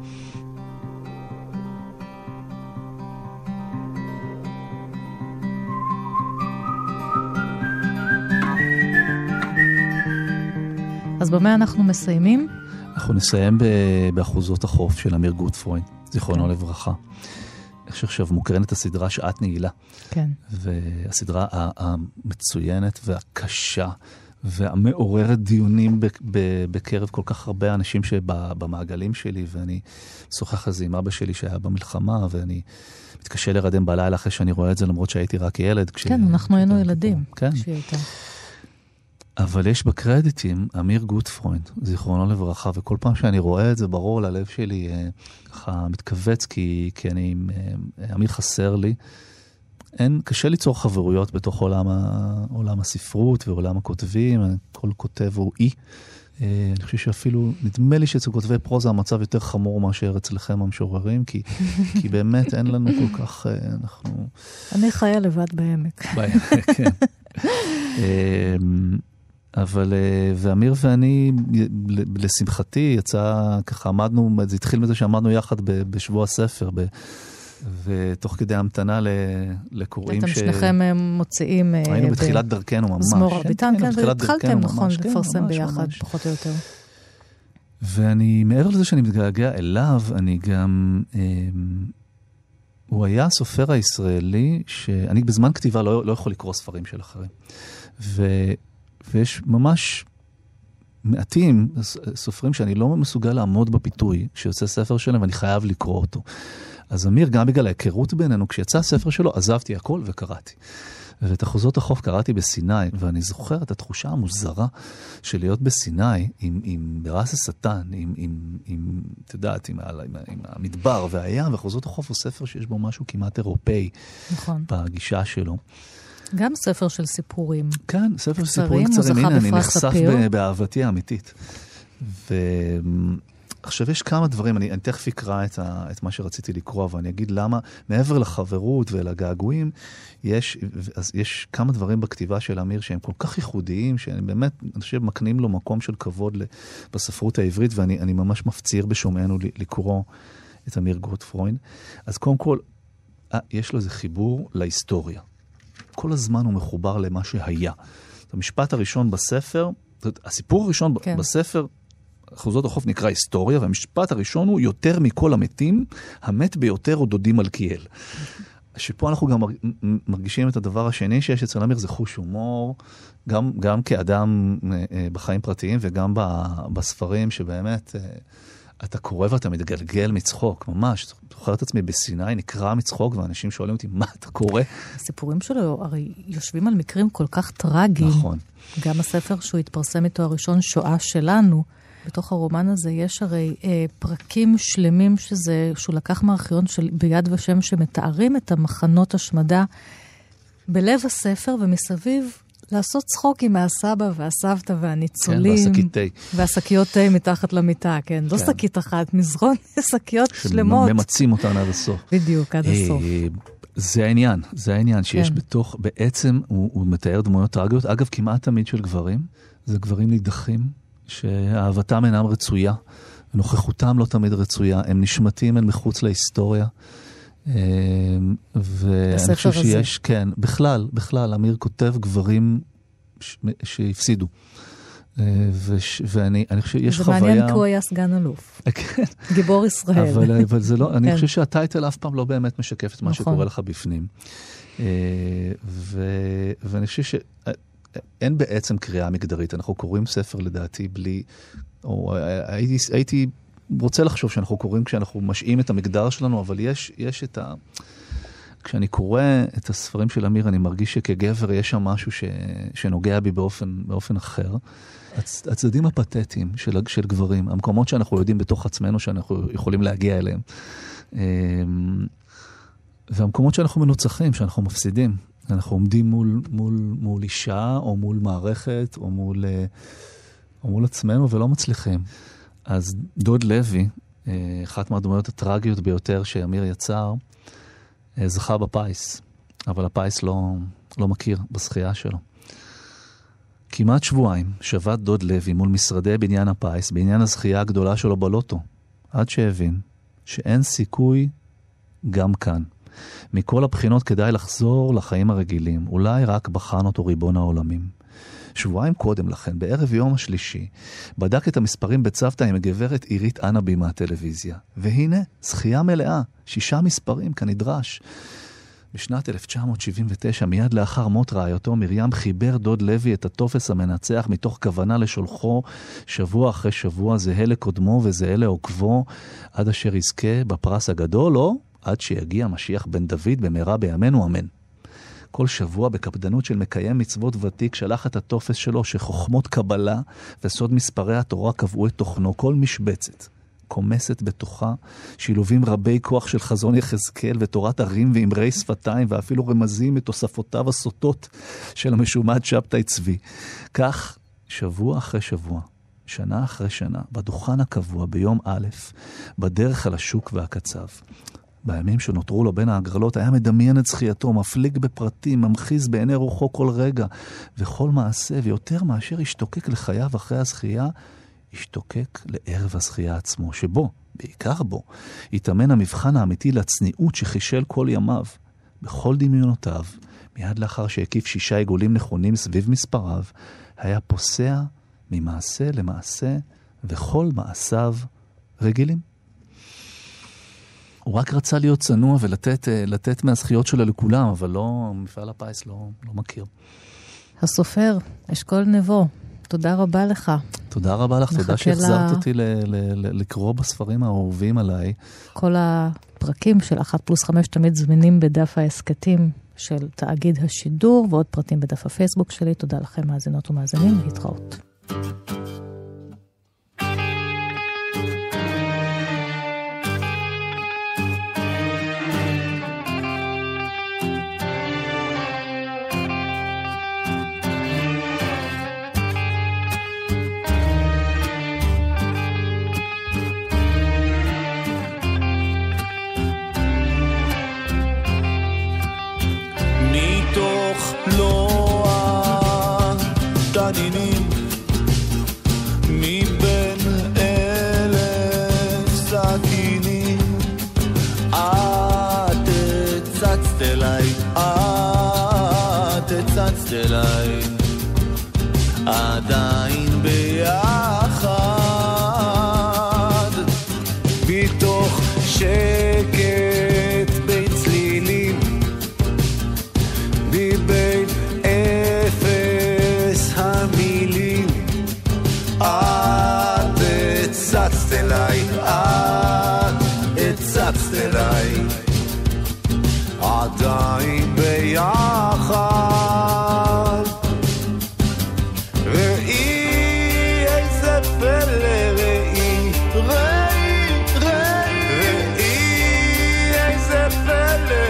אז במה אנחנו מסיימים? אנחנו נסיים באחוזות החוף של אמיר גוטפרוינד, זיכרונו כן. לברכה. איך שעכשיו מוקרנת הסדרה שעת נעילה. כן. והסדרה המצוינת והקשה והמעוררת דיונים בקרב כל כך הרבה אנשים שבמעגלים שלי, ואני שוחח על זה עם אבא שלי שהיה במלחמה, ואני מתקשה לרדם בלילה אחרי שאני רואה את זה, למרות שהייתי רק ילד. כן, אנחנו היינו ילדים. כן. אבל יש בקרדיטים אמיר גוטפרוינד, זיכרונו לברכה, וכל פעם שאני רואה את זה ברור ללב שלי, ככה מתכווץ, כי, כי אני, אמיר חסר לי. אין, קשה ליצור חברויות בתוך עולם, עולם הספרות ועולם הכותבים, כל כותב הוא אי. אני חושב שאפילו, נדמה לי שאצל כותבי פרוזה המצב יותר חמור מאשר אצלכם המשוררים, כי, כי באמת אין לנו כל כך, אנחנו... אני חיה לבד בעמק. בעמק, כן. אבל, ואמיר ואני, לשמחתי, יצא, ככה עמדנו, זה התחיל מזה שעמדנו יחד בשבוע הספר, ב, ותוך כדי המתנה לקוראים ש... אתם שניכם מוציאים... היינו בתחילת דרכנו ממש. מזמור הרביטן, כן, והתחלתם, נכון, לפרסם ביחד, פחות או יותר. ואני, מעבר לזה שאני מתגעגע אליו, אני גם... הוא היה הסופר הישראלי, שאני בזמן כתיבה לא, לא יכול לקרוא ספרים של אחרים. ו... ויש ממש מעטים סופרים שאני לא מסוגל לעמוד בפיתוי כשיוצא ספר שלהם, ואני חייב לקרוא אותו. אז אמיר, גם בגלל ההיכרות בינינו, כשיצא הספר שלו, עזבתי הכל וקראתי. ואת אחוזות החוף קראתי בסיני, ואני זוכר את התחושה המוזרה של להיות בסיני, עם, עם ברס השטן, עם, עם, עם, את יודעת, עם, עם, עם המדבר והים, ואחוזות החוף הוא ספר שיש בו משהו כמעט אירופאי, נכון. בגישה שלו. גם ספר של סיפורים. כן, ספר של סיפורים קצרים. הנה, אני נחשף באהבתי האמיתית. עכשיו, יש כמה דברים, אני, אני תכף אקרא את, ה, את מה שרציתי לקרוא, ואני אגיד למה, מעבר לחברות ולגעגועים, יש, אז יש כמה דברים בכתיבה של אמיר שהם כל כך ייחודיים, שהם באמת, אני חושב, מקנים לו מקום של כבוד בספרות העברית, ואני אני ממש מפציר בשומענו לקרוא את אמיר גוטפרוינד. אז קודם כל, יש לו איזה חיבור להיסטוריה. כל הזמן הוא מחובר למה שהיה. המשפט הראשון בספר, הסיפור הראשון כן. בספר, אחוזות החוף נקרא היסטוריה, והמשפט הראשון הוא יותר מכל המתים, המת ביותר הוא דודי מלכיאל. שפה אנחנו גם מרגישים את הדבר השני שיש אצל אמיר, זה חוש הומור, גם, גם כאדם בחיים פרטיים וגם בספרים שבאמת אתה קורא ואתה מתגלגל מצחוק, ממש. זוכר את עצמי בסיני, נקרא מצחוק, ואנשים שואלים אותי, מה אתה קורא? הסיפורים שלו הרי יושבים על מקרים כל כך טרגיים. נכון. גם הספר שהוא התפרסם איתו הראשון, שואה שלנו, בתוך הרומן הזה יש הרי אה, פרקים שלמים שזה, שהוא לקח מארכיון של ביד ושם שמתארים את המחנות השמדה בלב הספר ומסביב לעשות צחוקים מהסבא והסבתא והניצולים. כן, והשקית תה. והשקיות תה מתחת למיטה, כן. לא שקית אחת, מזרון, שקיות שלמות. שממצים אותן עד הסוף. בדיוק, עד הסוף. זה העניין, זה העניין שיש בתוך, בעצם הוא מתאר דמויות טרגיות, אגב, כמעט תמיד של גברים, זה גברים נידחים, שאהבתם אינם רצויה, ונוכחותם לא תמיד רצויה, הם נשמטים אל מחוץ להיסטוריה, ואני חושב שיש, כן, בכלל, בכלל, אמיר כותב גברים שהפסידו. ואני חושב שיש חוויה... זה מעניין כי הוא היה סגן אלוף. כן. גיבור ישראל. אבל זה לא, אני חושב שהטייטל אף פעם לא באמת משקף את מה שקורה לך בפנים. ואני חושב שאין בעצם קריאה מגדרית. אנחנו קוראים ספר לדעתי בלי... הייתי... רוצה לחשוב שאנחנו קוראים כשאנחנו משאים את המגדר שלנו, אבל יש, יש את ה... כשאני קורא את הספרים של אמיר, אני מרגיש שכגבר יש שם משהו ש... שנוגע בי באופן, באופן אחר. הצ... הצדדים הפתטיים של, של גברים, המקומות שאנחנו יודעים בתוך עצמנו שאנחנו יכולים להגיע אליהם. והמקומות שאנחנו מנוצחים, שאנחנו מפסידים. אנחנו עומדים מול, מול, מול אישה, או מול מערכת, או מול, או מול עצמנו, ולא מצליחים. אז דוד לוי, אחת מהדמויות הטרגיות ביותר שאמיר יצר, זכה בפייס, אבל הפייס לא, לא מכיר בשחייה שלו. כמעט שבועיים שבת דוד לוי מול משרדי בניין הפייס, בעניין הזכייה הגדולה שלו בלוטו, עד שהבין שאין סיכוי גם כאן. מכל הבחינות כדאי לחזור לחיים הרגילים, אולי רק בחן אותו ריבון העולמים. שבועיים קודם לכן, בערב יום השלישי, בדק את המספרים בצוותא עם הגברת עירית אנבי מהטלוויזיה. והנה, זכייה מלאה, שישה מספרים כנדרש. בשנת אלף תשע מאות שבעים ותשע, מיד לאחר מות רעייתו, מרים חיבר דוד לוי את הטופס המנצח מתוך כוונה לשולחו שבוע אחרי שבוע, זהה לקודמו וזהה לעוקבו, עד אשר יזכה בפרס הגדול, או עד שיגיע משיח בן דוד במהרה בימינו אמן. כל שבוע בקפדנות של מקיים מצוות ותיק שלח את הטופס שלו שחוכמות קבלה וסוד מספרי התורה קבעו את תוכנו. כל משבצת קומסת בתוכה שילובים רבי כוח של חזון יחזקאל ותורת ערים ואמרי שפתיים ואפילו רמזים מתוספותיו הסוטות של המשומד שבתאי צבי. כך שבוע אחרי שבוע, שנה אחרי שנה, בדוכן הקבוע ביום א', בדרך על השוק והקצב. בימים שנותרו לו בין ההגרלות היה מדמיין את זכייתו, מפליג בפרטים, ממחיז בעיני רוחו כל רגע, וכל מעשה, ויותר מאשר השתוקק לחייו אחרי הזכייה, השתוקק לערב הזכייה עצמו, שבו, בעיקר בו, התאמן המבחן האמיתי לצניעות שחישל כל ימיו. בכל דמיונותיו, מיד לאחר שהקיף שישה עיגולים נכונים סביב מספריו, היה פוסע ממעשה למעשה, וכל מעשיו רגילים. הוא רק רצה להיות צנוע ולתת לתת מהזכיות שלו לכולם, אבל לא, מפעל הפייס לא, לא מכיר. הסופר, אשכול נבו, תודה רבה לך. תודה רבה לך, תודה שהחזרת אותי ל, ל, ל, לקרוא בספרים האהובים עליי. כל הפרקים של אחת פלוס חמש תמיד זמינים בדף העסקתים של תאגיד השידור, ועוד פרטים בדף הפייסבוק שלי. תודה לכם מאזינות ומאזינים, להתראות. הנינים מבין אלף סכינים את הצצת אליי את הצצת אליי עדיין ביחד בתוך שקט בין צלילים מבין אפס המילים את הצצת אליי את הצצת אליי עדיין ביחד ראי איזה פלא ראי ראי ראי ראי איזה פלא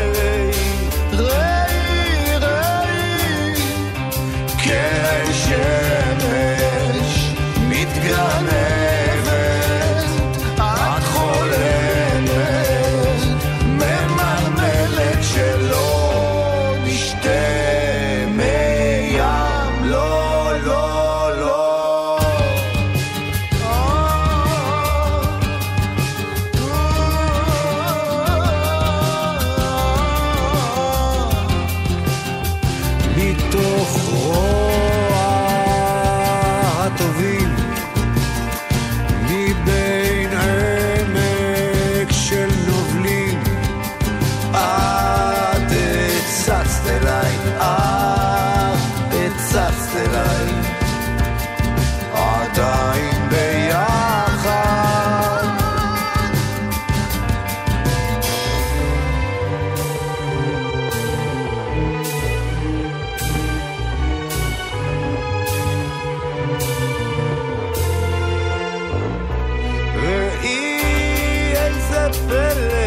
ראי ראי ראי קרן שמש מתגנבת את חולמת ממרמלת שלא נשתה מים לא לא לא מתוך רוע הטובים מבין עמק של נובלים את הצצת אליי את הצצת אליי עדיין ביחד ראי איזה פלא